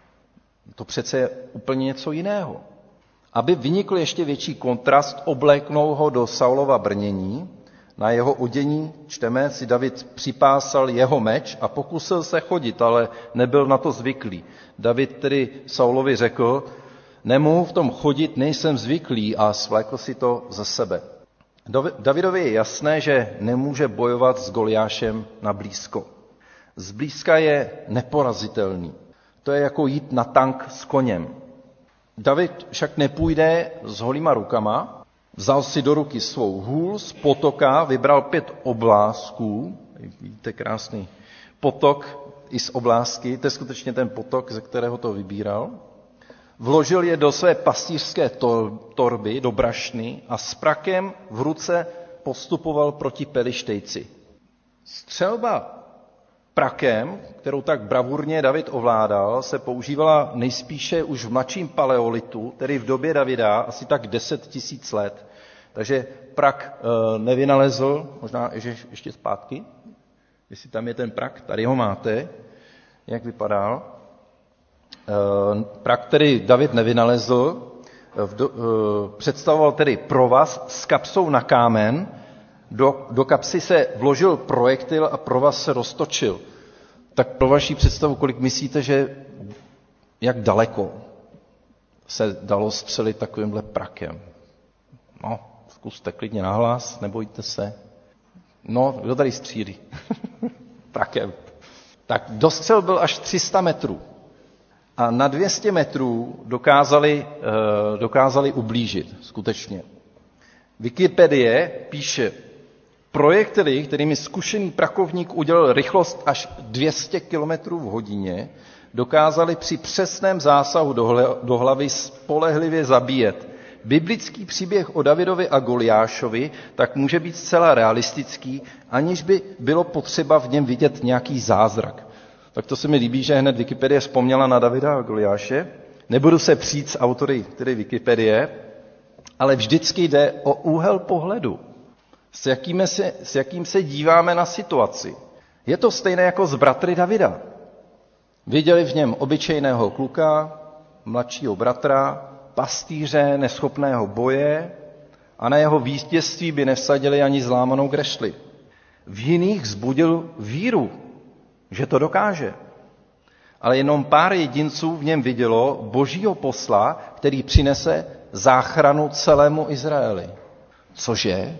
to přece je úplně něco jiného. Aby vynikl ještě větší kontrast, obléknou ho do Saulova brnění. Na jeho odění, čteme, si David připásal jeho meč a pokusil se chodit, ale nebyl na to zvyklý. David tedy Saulovi řekl, nemohu v tom chodit, nejsem zvyklý, a svlékl si to ze sebe. Davidovi je jasné, že nemůže bojovat s Goliášem na blízko. Zblízka je neporazitelný. To je jako jít na tank s koněm. David však nepůjde s holýma rukama, vzal si do ruky svou hůl z potoka, vybral 5 oblázků, vidíte krásný potok i z oblázky, to je skutečně ten potok, ze kterého to vybíral, vložil je do své pastýřské torby, do brašny a s prakem v ruce postupoval proti Pelištejci. Střelba prakem, kterou tak bravurně David ovládal, se používala nejspíše už v mladším paleolitu, tedy v době Davida, asi tak 10 000 let. Takže prak nevynalezl, možná ještě zpátky, jestli tam je ten prak, tady ho máte, jak vypadal. Prak, který David nevynalezl, představoval tedy provaz s kapsou na kámen, do kapsy se vložil projektil a provaz se roztočil. Tak pro vaši představu, kolik myslíte, že jak daleko se dalo střelit takovýmhle prakem? No, zkuste klidně nahlas, nebojte se. No, kdo tady střílí? Prakem. Tak dostřel byl až 300 metrů. A na 200 metrů dokázali ublížit, skutečně. Wikipedie píše, projektily, kterými zkušený prakovník udělal rychlost až 200 km v hodině, dokázali při přesném zásahu do hlavy spolehlivě zabíjet. Biblický příběh o Davidovi a Goliášovi tak může být zcela realistický, aniž by bylo potřeba v něm vidět nějaký zázrak. Tak to se mi líbí, že hned Wikipedie vzpomněla na Davida a Goliáše. Nebudu se přijít s autory tedy Wikipedie, ale vždycky jde o úhel pohledu, s jakým se díváme na situaci. Je to stejné jako s bratry Davida. Viděli v něm obyčejného kluka, mladšího bratra, pastýře, neschopného boje, a na jeho vítězství by nevsadili ani zlámanou grešli. V jiných vzbudil víru, že to dokáže. Ale jenom pár jedinců v něm vidělo Božího posla, který přinese záchranu celému Izraeli. Cože?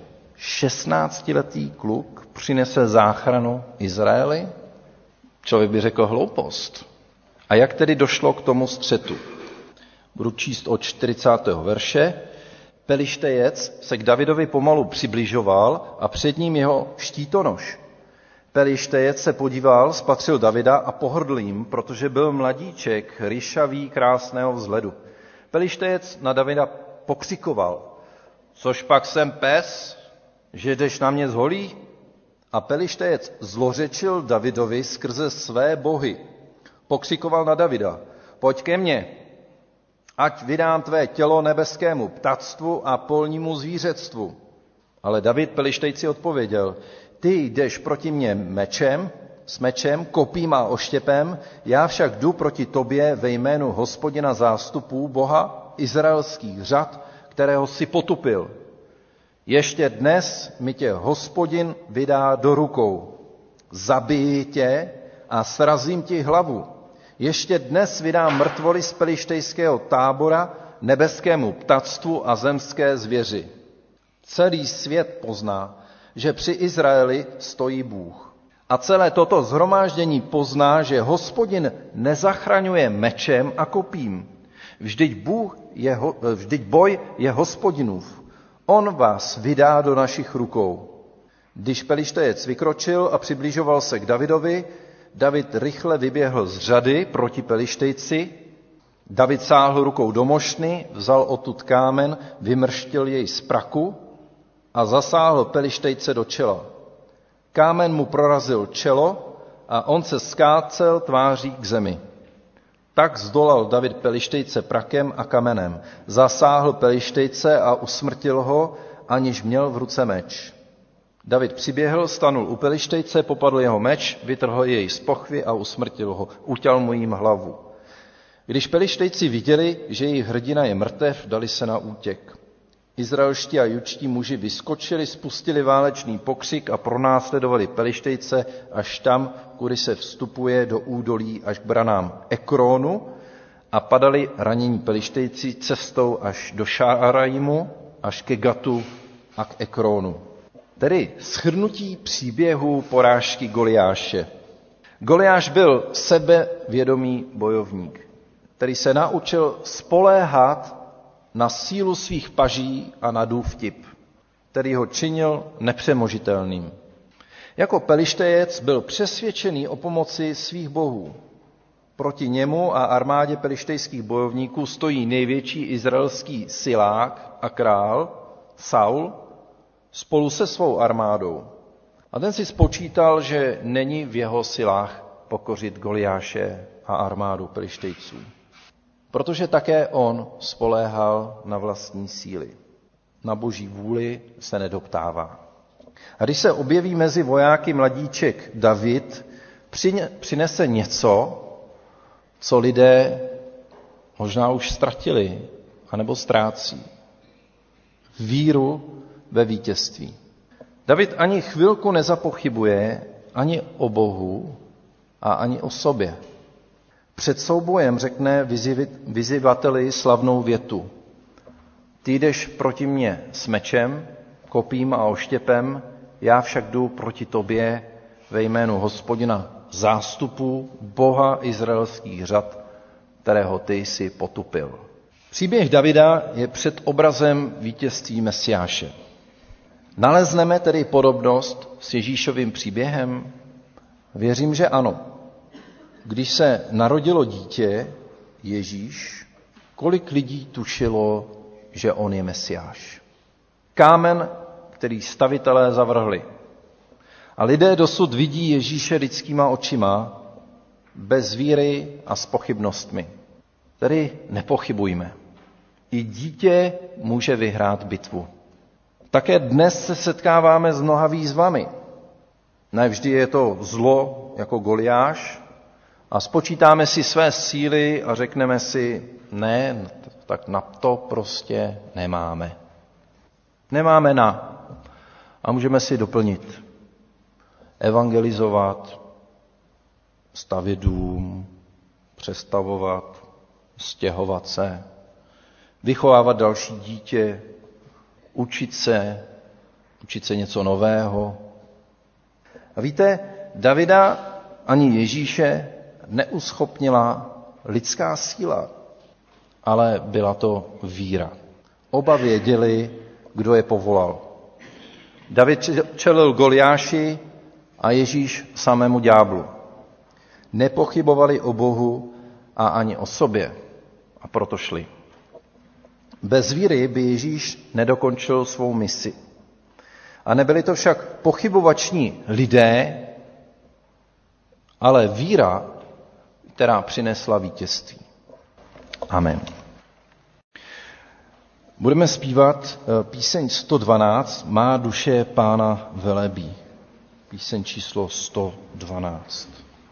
16letý kluk přinese záchranu Izraeli? Člověk by řekl hloupost. A jak tedy došlo k tomu střetu? Budu číst od 40. verše. Pelištejec se k Davidovi pomalu přibližoval a před ním jeho štítonoš. Pelištejec se podíval, spatřil Davida a pohrdl jim, protože byl mladíček, ryšavý, krásného vzhledu. Pelištejec na Davida pokřikoval: což pak jsem pes, že jdeš na mě z holí? A Pelištejec zlořečil Davidovi skrze své bohy. Pokřikoval na Davida: pojď ke mně, ať vydám tvé tělo nebeskému ptactvu a polnímu zvířectvu. Ale David Pelištejci odpověděl: ty jdeš proti mně s mečem, kopím a oštěpem, já však jdu proti tobě ve jménu Hospodina zástupů, Boha izraelských řad, kterého si potupil. Ještě dnes mi tě Hospodin vydá do rukou. Zabiji tě a srazím ti hlavu. Ještě dnes vydám mrtvoly z pelištejského tábora nebeskému ptactvu a zemské zvěři. Celý svět pozná, že při Izraeli stojí Bůh. A celé toto shromáždění pozná, že Hospodin nezachraňuje mečem a kopím. Vždyť boj je Hospodinův. On vás vydá do našich rukou. Když Pelištejec vykročil a přibližoval se k Davidovi, David rychle vyběhl z řady proti Pelištejci. David sáhl rukou do mošny, vzal odtud kámen, vymrštil jej z praku a zasáhl Pelištejce do čela. Kámen mu prorazil čelo a on se skácel tváří k zemi. Tak zdolal David Pelištejce prakem a kamenem. Zasáhl Pelištejce a usmrtil ho, aniž měl v ruce meč. David přiběhl, stanul u Pelištejce, popadl jeho meč, vytrhl jej z pochvy a usmrtil ho. Uťal mu jim hlavu. Když Pelištejci viděli, že jejich hrdina je mrtev, dali se na útěk. Izraelští a judští muži vyskočili, spustili válečný pokřik a pronásledovali Pelištejce až tam, kudy se vstupuje do údolí až k branám Ekronu, a padali ranění Pelištejci cestou až do Šáraimu, až ke Gatu a k Ekronu. Tedy shrnutí příběhu porážky Goliáše. Goliáš byl sebevědomý bojovník, který se naučil spoléhat na sílu svých paží a na důvtip, který ho činil nepřemožitelným. Jako Pelištejec byl přesvědčený o pomoci svých bohů. Proti němu a armádě pelištejských bojovníků stojí největší izraelský silák a král Saul spolu se svou armádou. A ten si spočítal, že není v jeho silách pokořit Goliáše a armádu Pelištejců. Protože také on spoléhal na vlastní síly. Na boží vůli se nedoptává. A když se objeví mezi vojáky mladíček David, přinese něco, co lidé možná už ztratili, anebo ztrácí. Víru ve vítězství. David ani chvilku nezapochybuje ani o Bohu a ani o sobě. Před soubojem řekne vyzývateli slavnou větu. Ty jdeš proti mně s mečem, kopím a oštěpem, já však jdu proti tobě ve jménu Hospodina zástupů, Boha izraelských řad, kterého ty jsi potupil. Příběh Davida je předobrazem vítězství Mesiáše. Nalezneme tedy podobnost s Ježíšovým příběhem? Věřím, že ano. Když se narodilo dítě, Ježíš, kolik lidí tušilo, že on je Mesiáš? Kámen, který stavitelé zavrhli. A lidé dosud vidí Ježíše lidskýma očima, bez víry a s pochybnostmi. Tedy nepochybujme. I dítě může vyhrát bitvu. Také dnes se setkáváme s mnoha výzvami. Nevždy je to zlo jako Goliáš a spočítáme si své síly a řekneme si, ne, tak na to prostě nemáme. Nemáme na. A můžeme si doplnit. Evangelizovat, stavět dům, přestavovat, stěhovat se, vychovávat další dítě, učit se něco nového. A víte, Davida ani Ježíše neuschopnila lidská síla, ale byla to víra. Oba věděli, kdo je povolal. David čelil Goliáši a Ježíš samému ďáblu. Nepochybovali o Bohu a ani o sobě a proto šli. Bez víry by Ježíš nedokončil svou misi. A nebyli to však pochybovační lidé, ale víra, která přinesla vítězství. Amen. Budeme zpívat píseň 112, Má duše Pána velebí. Píseň číslo 112.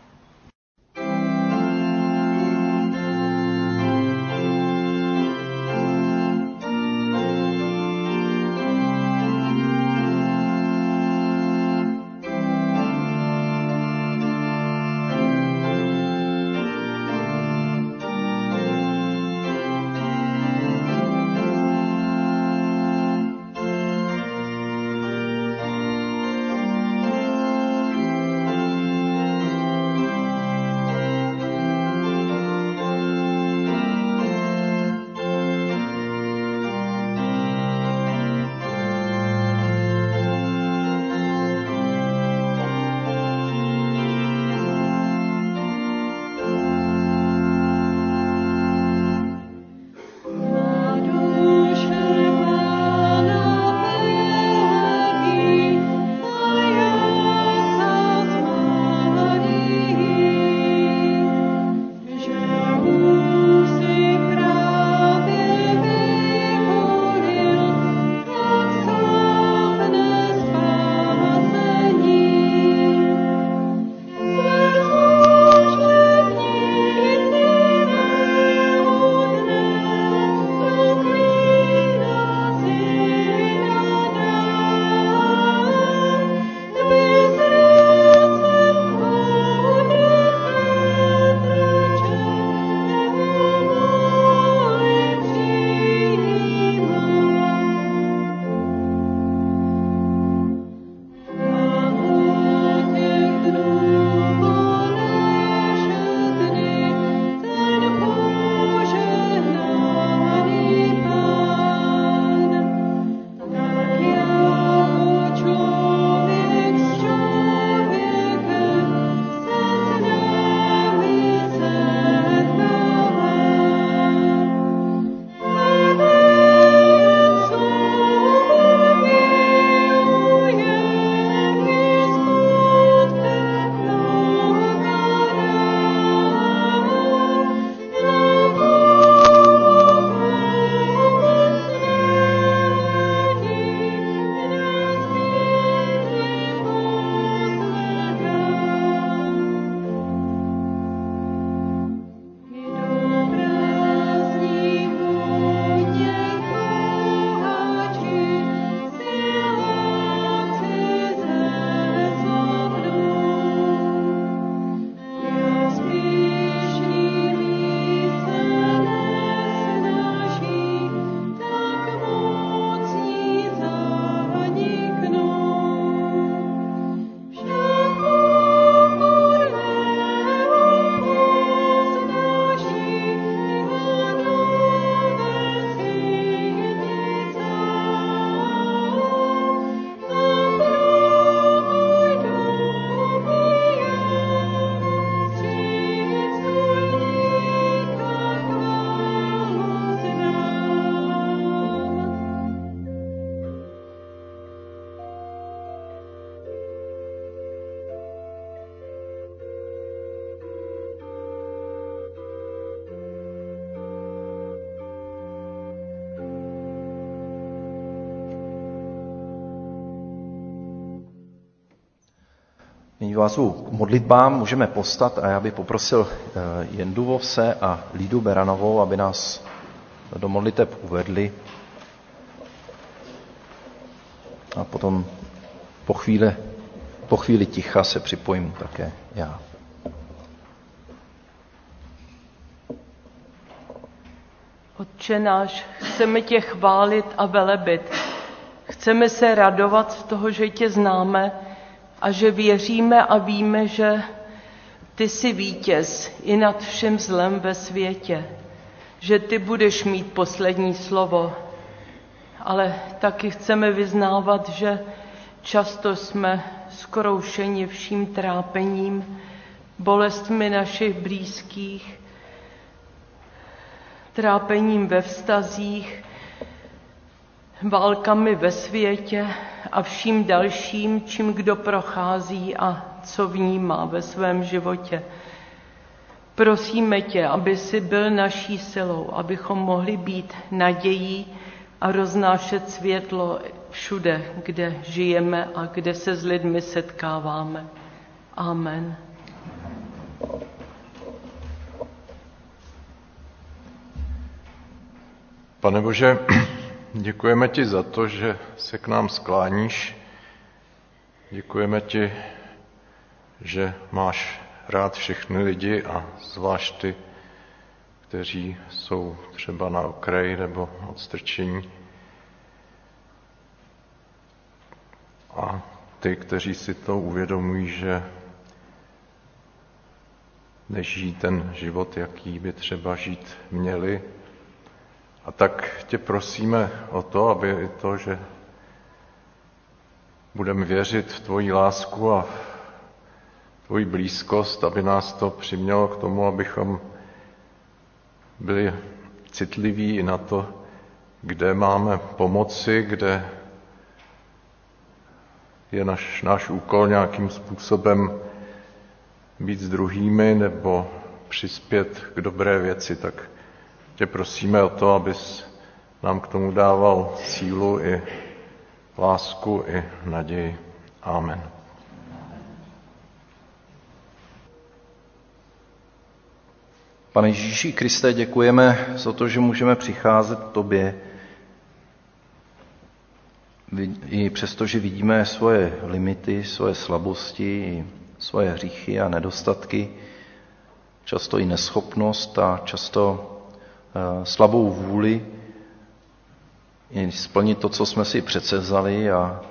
Nyní vás k modlitbám můžeme postat a já bych poprosil Jendu Vovse a Lídu Beranovou, aby nás do modliteb uvedli. A potom po chvíli ticha se připojím také já. Otče náš, chceme tě chválit a velebit. Chceme se radovat z toho, že tě známe a že věříme a víme, že ty jsi vítěz i nad všem zlem ve světě. Že ty budeš mít poslední slovo. Ale taky chceme vyznávat, že často jsme zkroušeni vším trápením, bolestmi našich blízkých, trápením ve vztazích, válkami ve světě a vším dalším, čím kdo prochází a co vnímá ve svém životě. Prosíme tě, aby si byl naší silou, abychom mohli být nadějí a roznášet světlo všude, kde žijeme a kde se s lidmi setkáváme. Amen. Pane Bože, děkujeme ti za to, že se k nám skláníš. Děkujeme ti, že máš rád všechny lidi a zvlášť ty, kteří jsou třeba na okraji nebo odstrčení. A ty, kteří si to uvědomují, že nežijí ten život, jaký by třeba žít měli. A tak tě prosíme o to, aby i to, že budeme věřit v tvoji lásku a tvoji blízkost, aby nás to přimělo k tomu, abychom byli citliví i na to, kde máme pomoci, kde je náš úkol nějakým způsobem být s druhými nebo přispět k dobré věci. Tak tě prosíme o to, abys nám k tomu dával sílu i lásku i naději. Amen. Pane Ježíši Kriste, děkujeme za to, že můžeme přicházet k tobě. I přesto, že vidíme svoje limity, svoje slabosti, svoje hříchy a nedostatky, často i neschopnost a často slabou vůli splnit to, co jsme si předsevzali a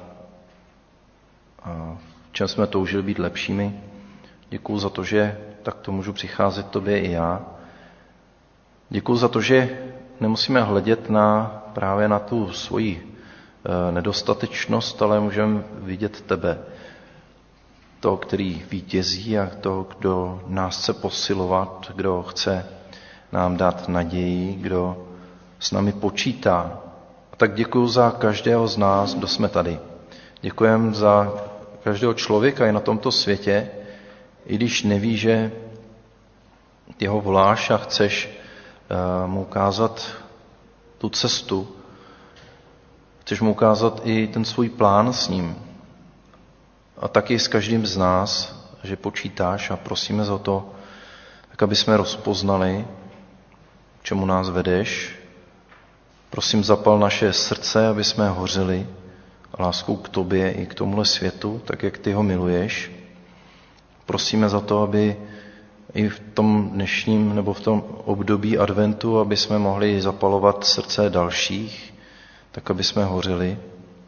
v čem jsme toužili být lepšími. Děkuju za to, že takto můžu přicházet k tobě i já. Děkuju za to, že nemusíme hledět právě na tu svoji nedostatečnost, ale můžeme vidět tebe. Toho, který vítězí a toho, kdo nás chce posilovat, kdo chce nám dát naději, kdo s námi počítá. A tak děkuju za každého z nás, kdo jsme tady. Děkujem za každého člověka i na tomto světě, i když neví, že ty ho voláš a chceš mu ukázat tu cestu. Chceš mu ukázat i ten svůj plán s ním. A taky s každým z nás, že počítáš a prosíme za to, tak aby jsme rozpoznali, čemu nás vedeš. Prosím, zapal naše srdce, aby jsme hořeli láskou k tobě i k tomuhle světu, tak jak ty ho miluješ. Prosíme za to, aby i v tom dnešním nebo v tom období adventu, aby jsme mohli zapalovat srdce dalších, tak aby jsme hořeli.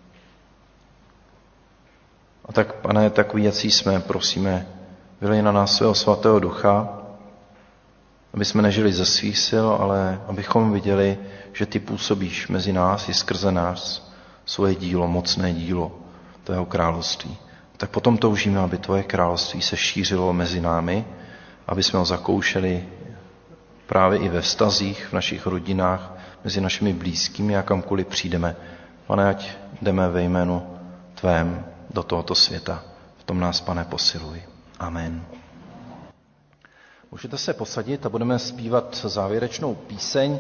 A tak, Pane, takový, jací jsme, prosíme, vylej na nás svého svatého ducha, aby jsme nežili ze svých sil, ale abychom viděli, že ty působíš mezi nás i skrze nás svoje dílo, mocné dílo tvého království. Tak potom toužíme, aby tvoje království se šířilo mezi námi, aby jsme ho zakoušeli právě i ve vztazích, v našich rodinách, mezi našimi blízkými a kamkoliv přijdeme. Pane, ať jdeme ve jménu tvém do tohoto světa. V tom nás, Pane, posiluj. Amen. Můžete se posadit a budeme zpívat závěrečnou píseň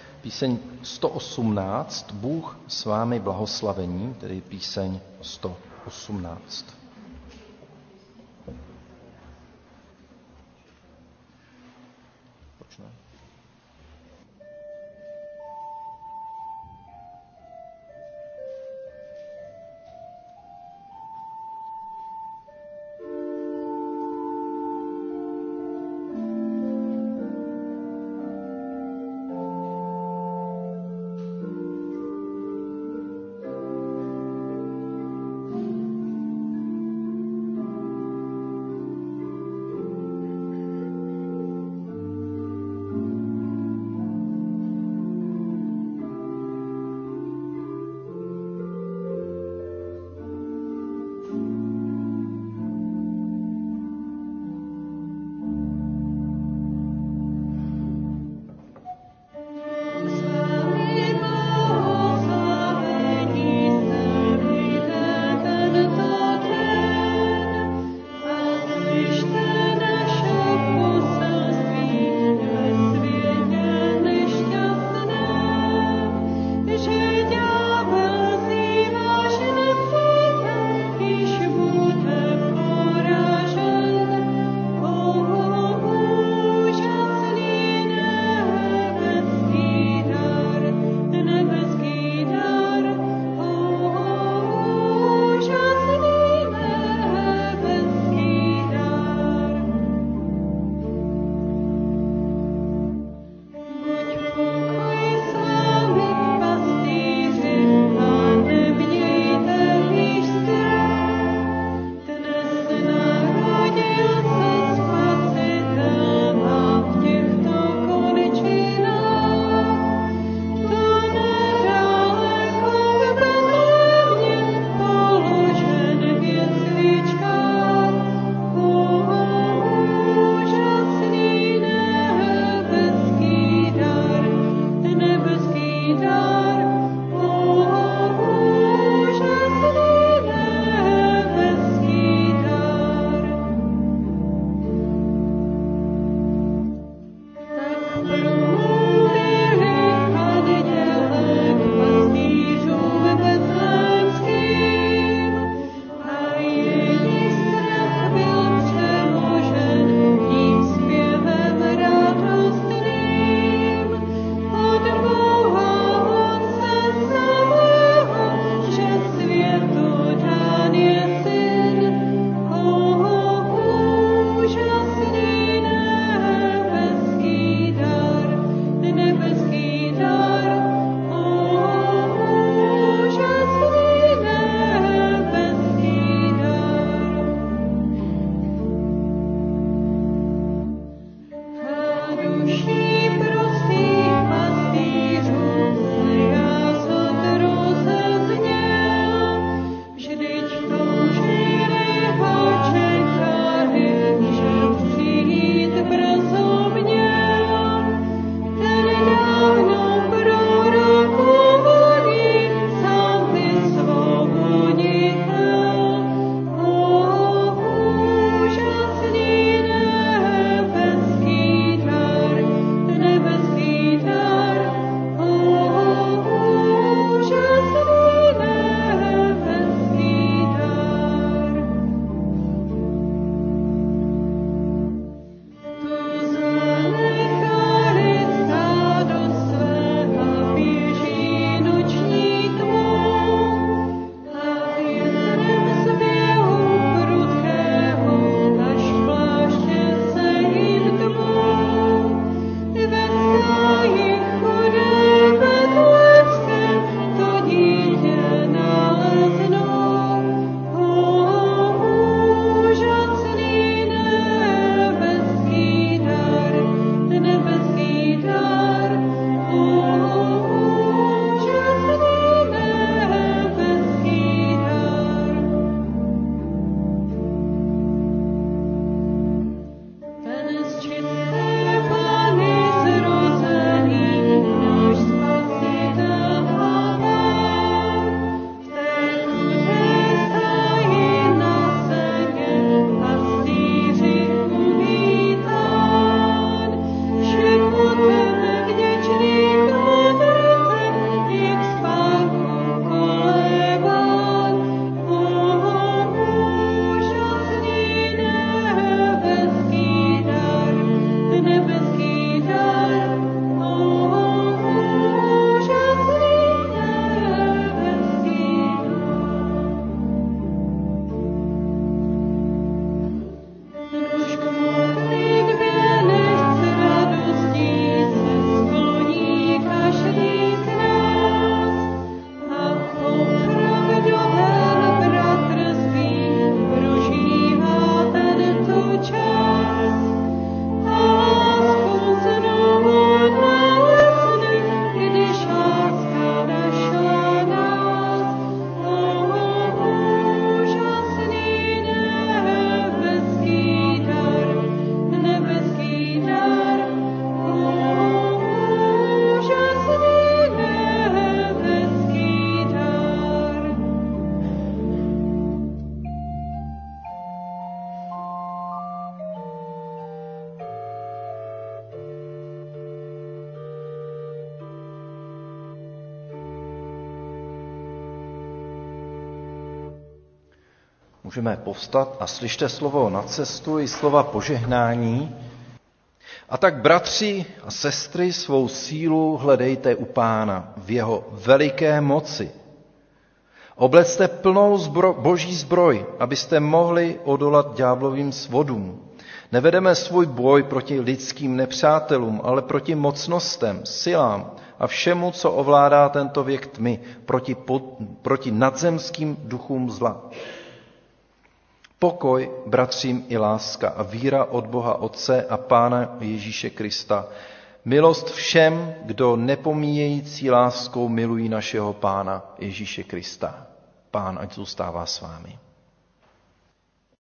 118, Bůh s vámi blahoslavení, tedy píseň 118. Můžeme povstat a slyšte slovo na cestu i slova požehnání. A tak, bratři a sestry, svou sílu hledejte u Pána v jeho veliké moci. Oblecte plnou boží zbroj, abyste mohli odolat ďáblovým svodům. Nevedeme svůj boj proti lidským nepřátelům, ale proti mocnostem, silám a všemu, co ovládá tento věk tmy, proti nadzemským duchům zla. Pokoj bratřím i láska a víra od Boha Otce a Pána Ježíše Krista. Milost všem, kdo nepomíjející láskou milují našeho Pána Ježíše Krista. Pán ať zůstává s vámi.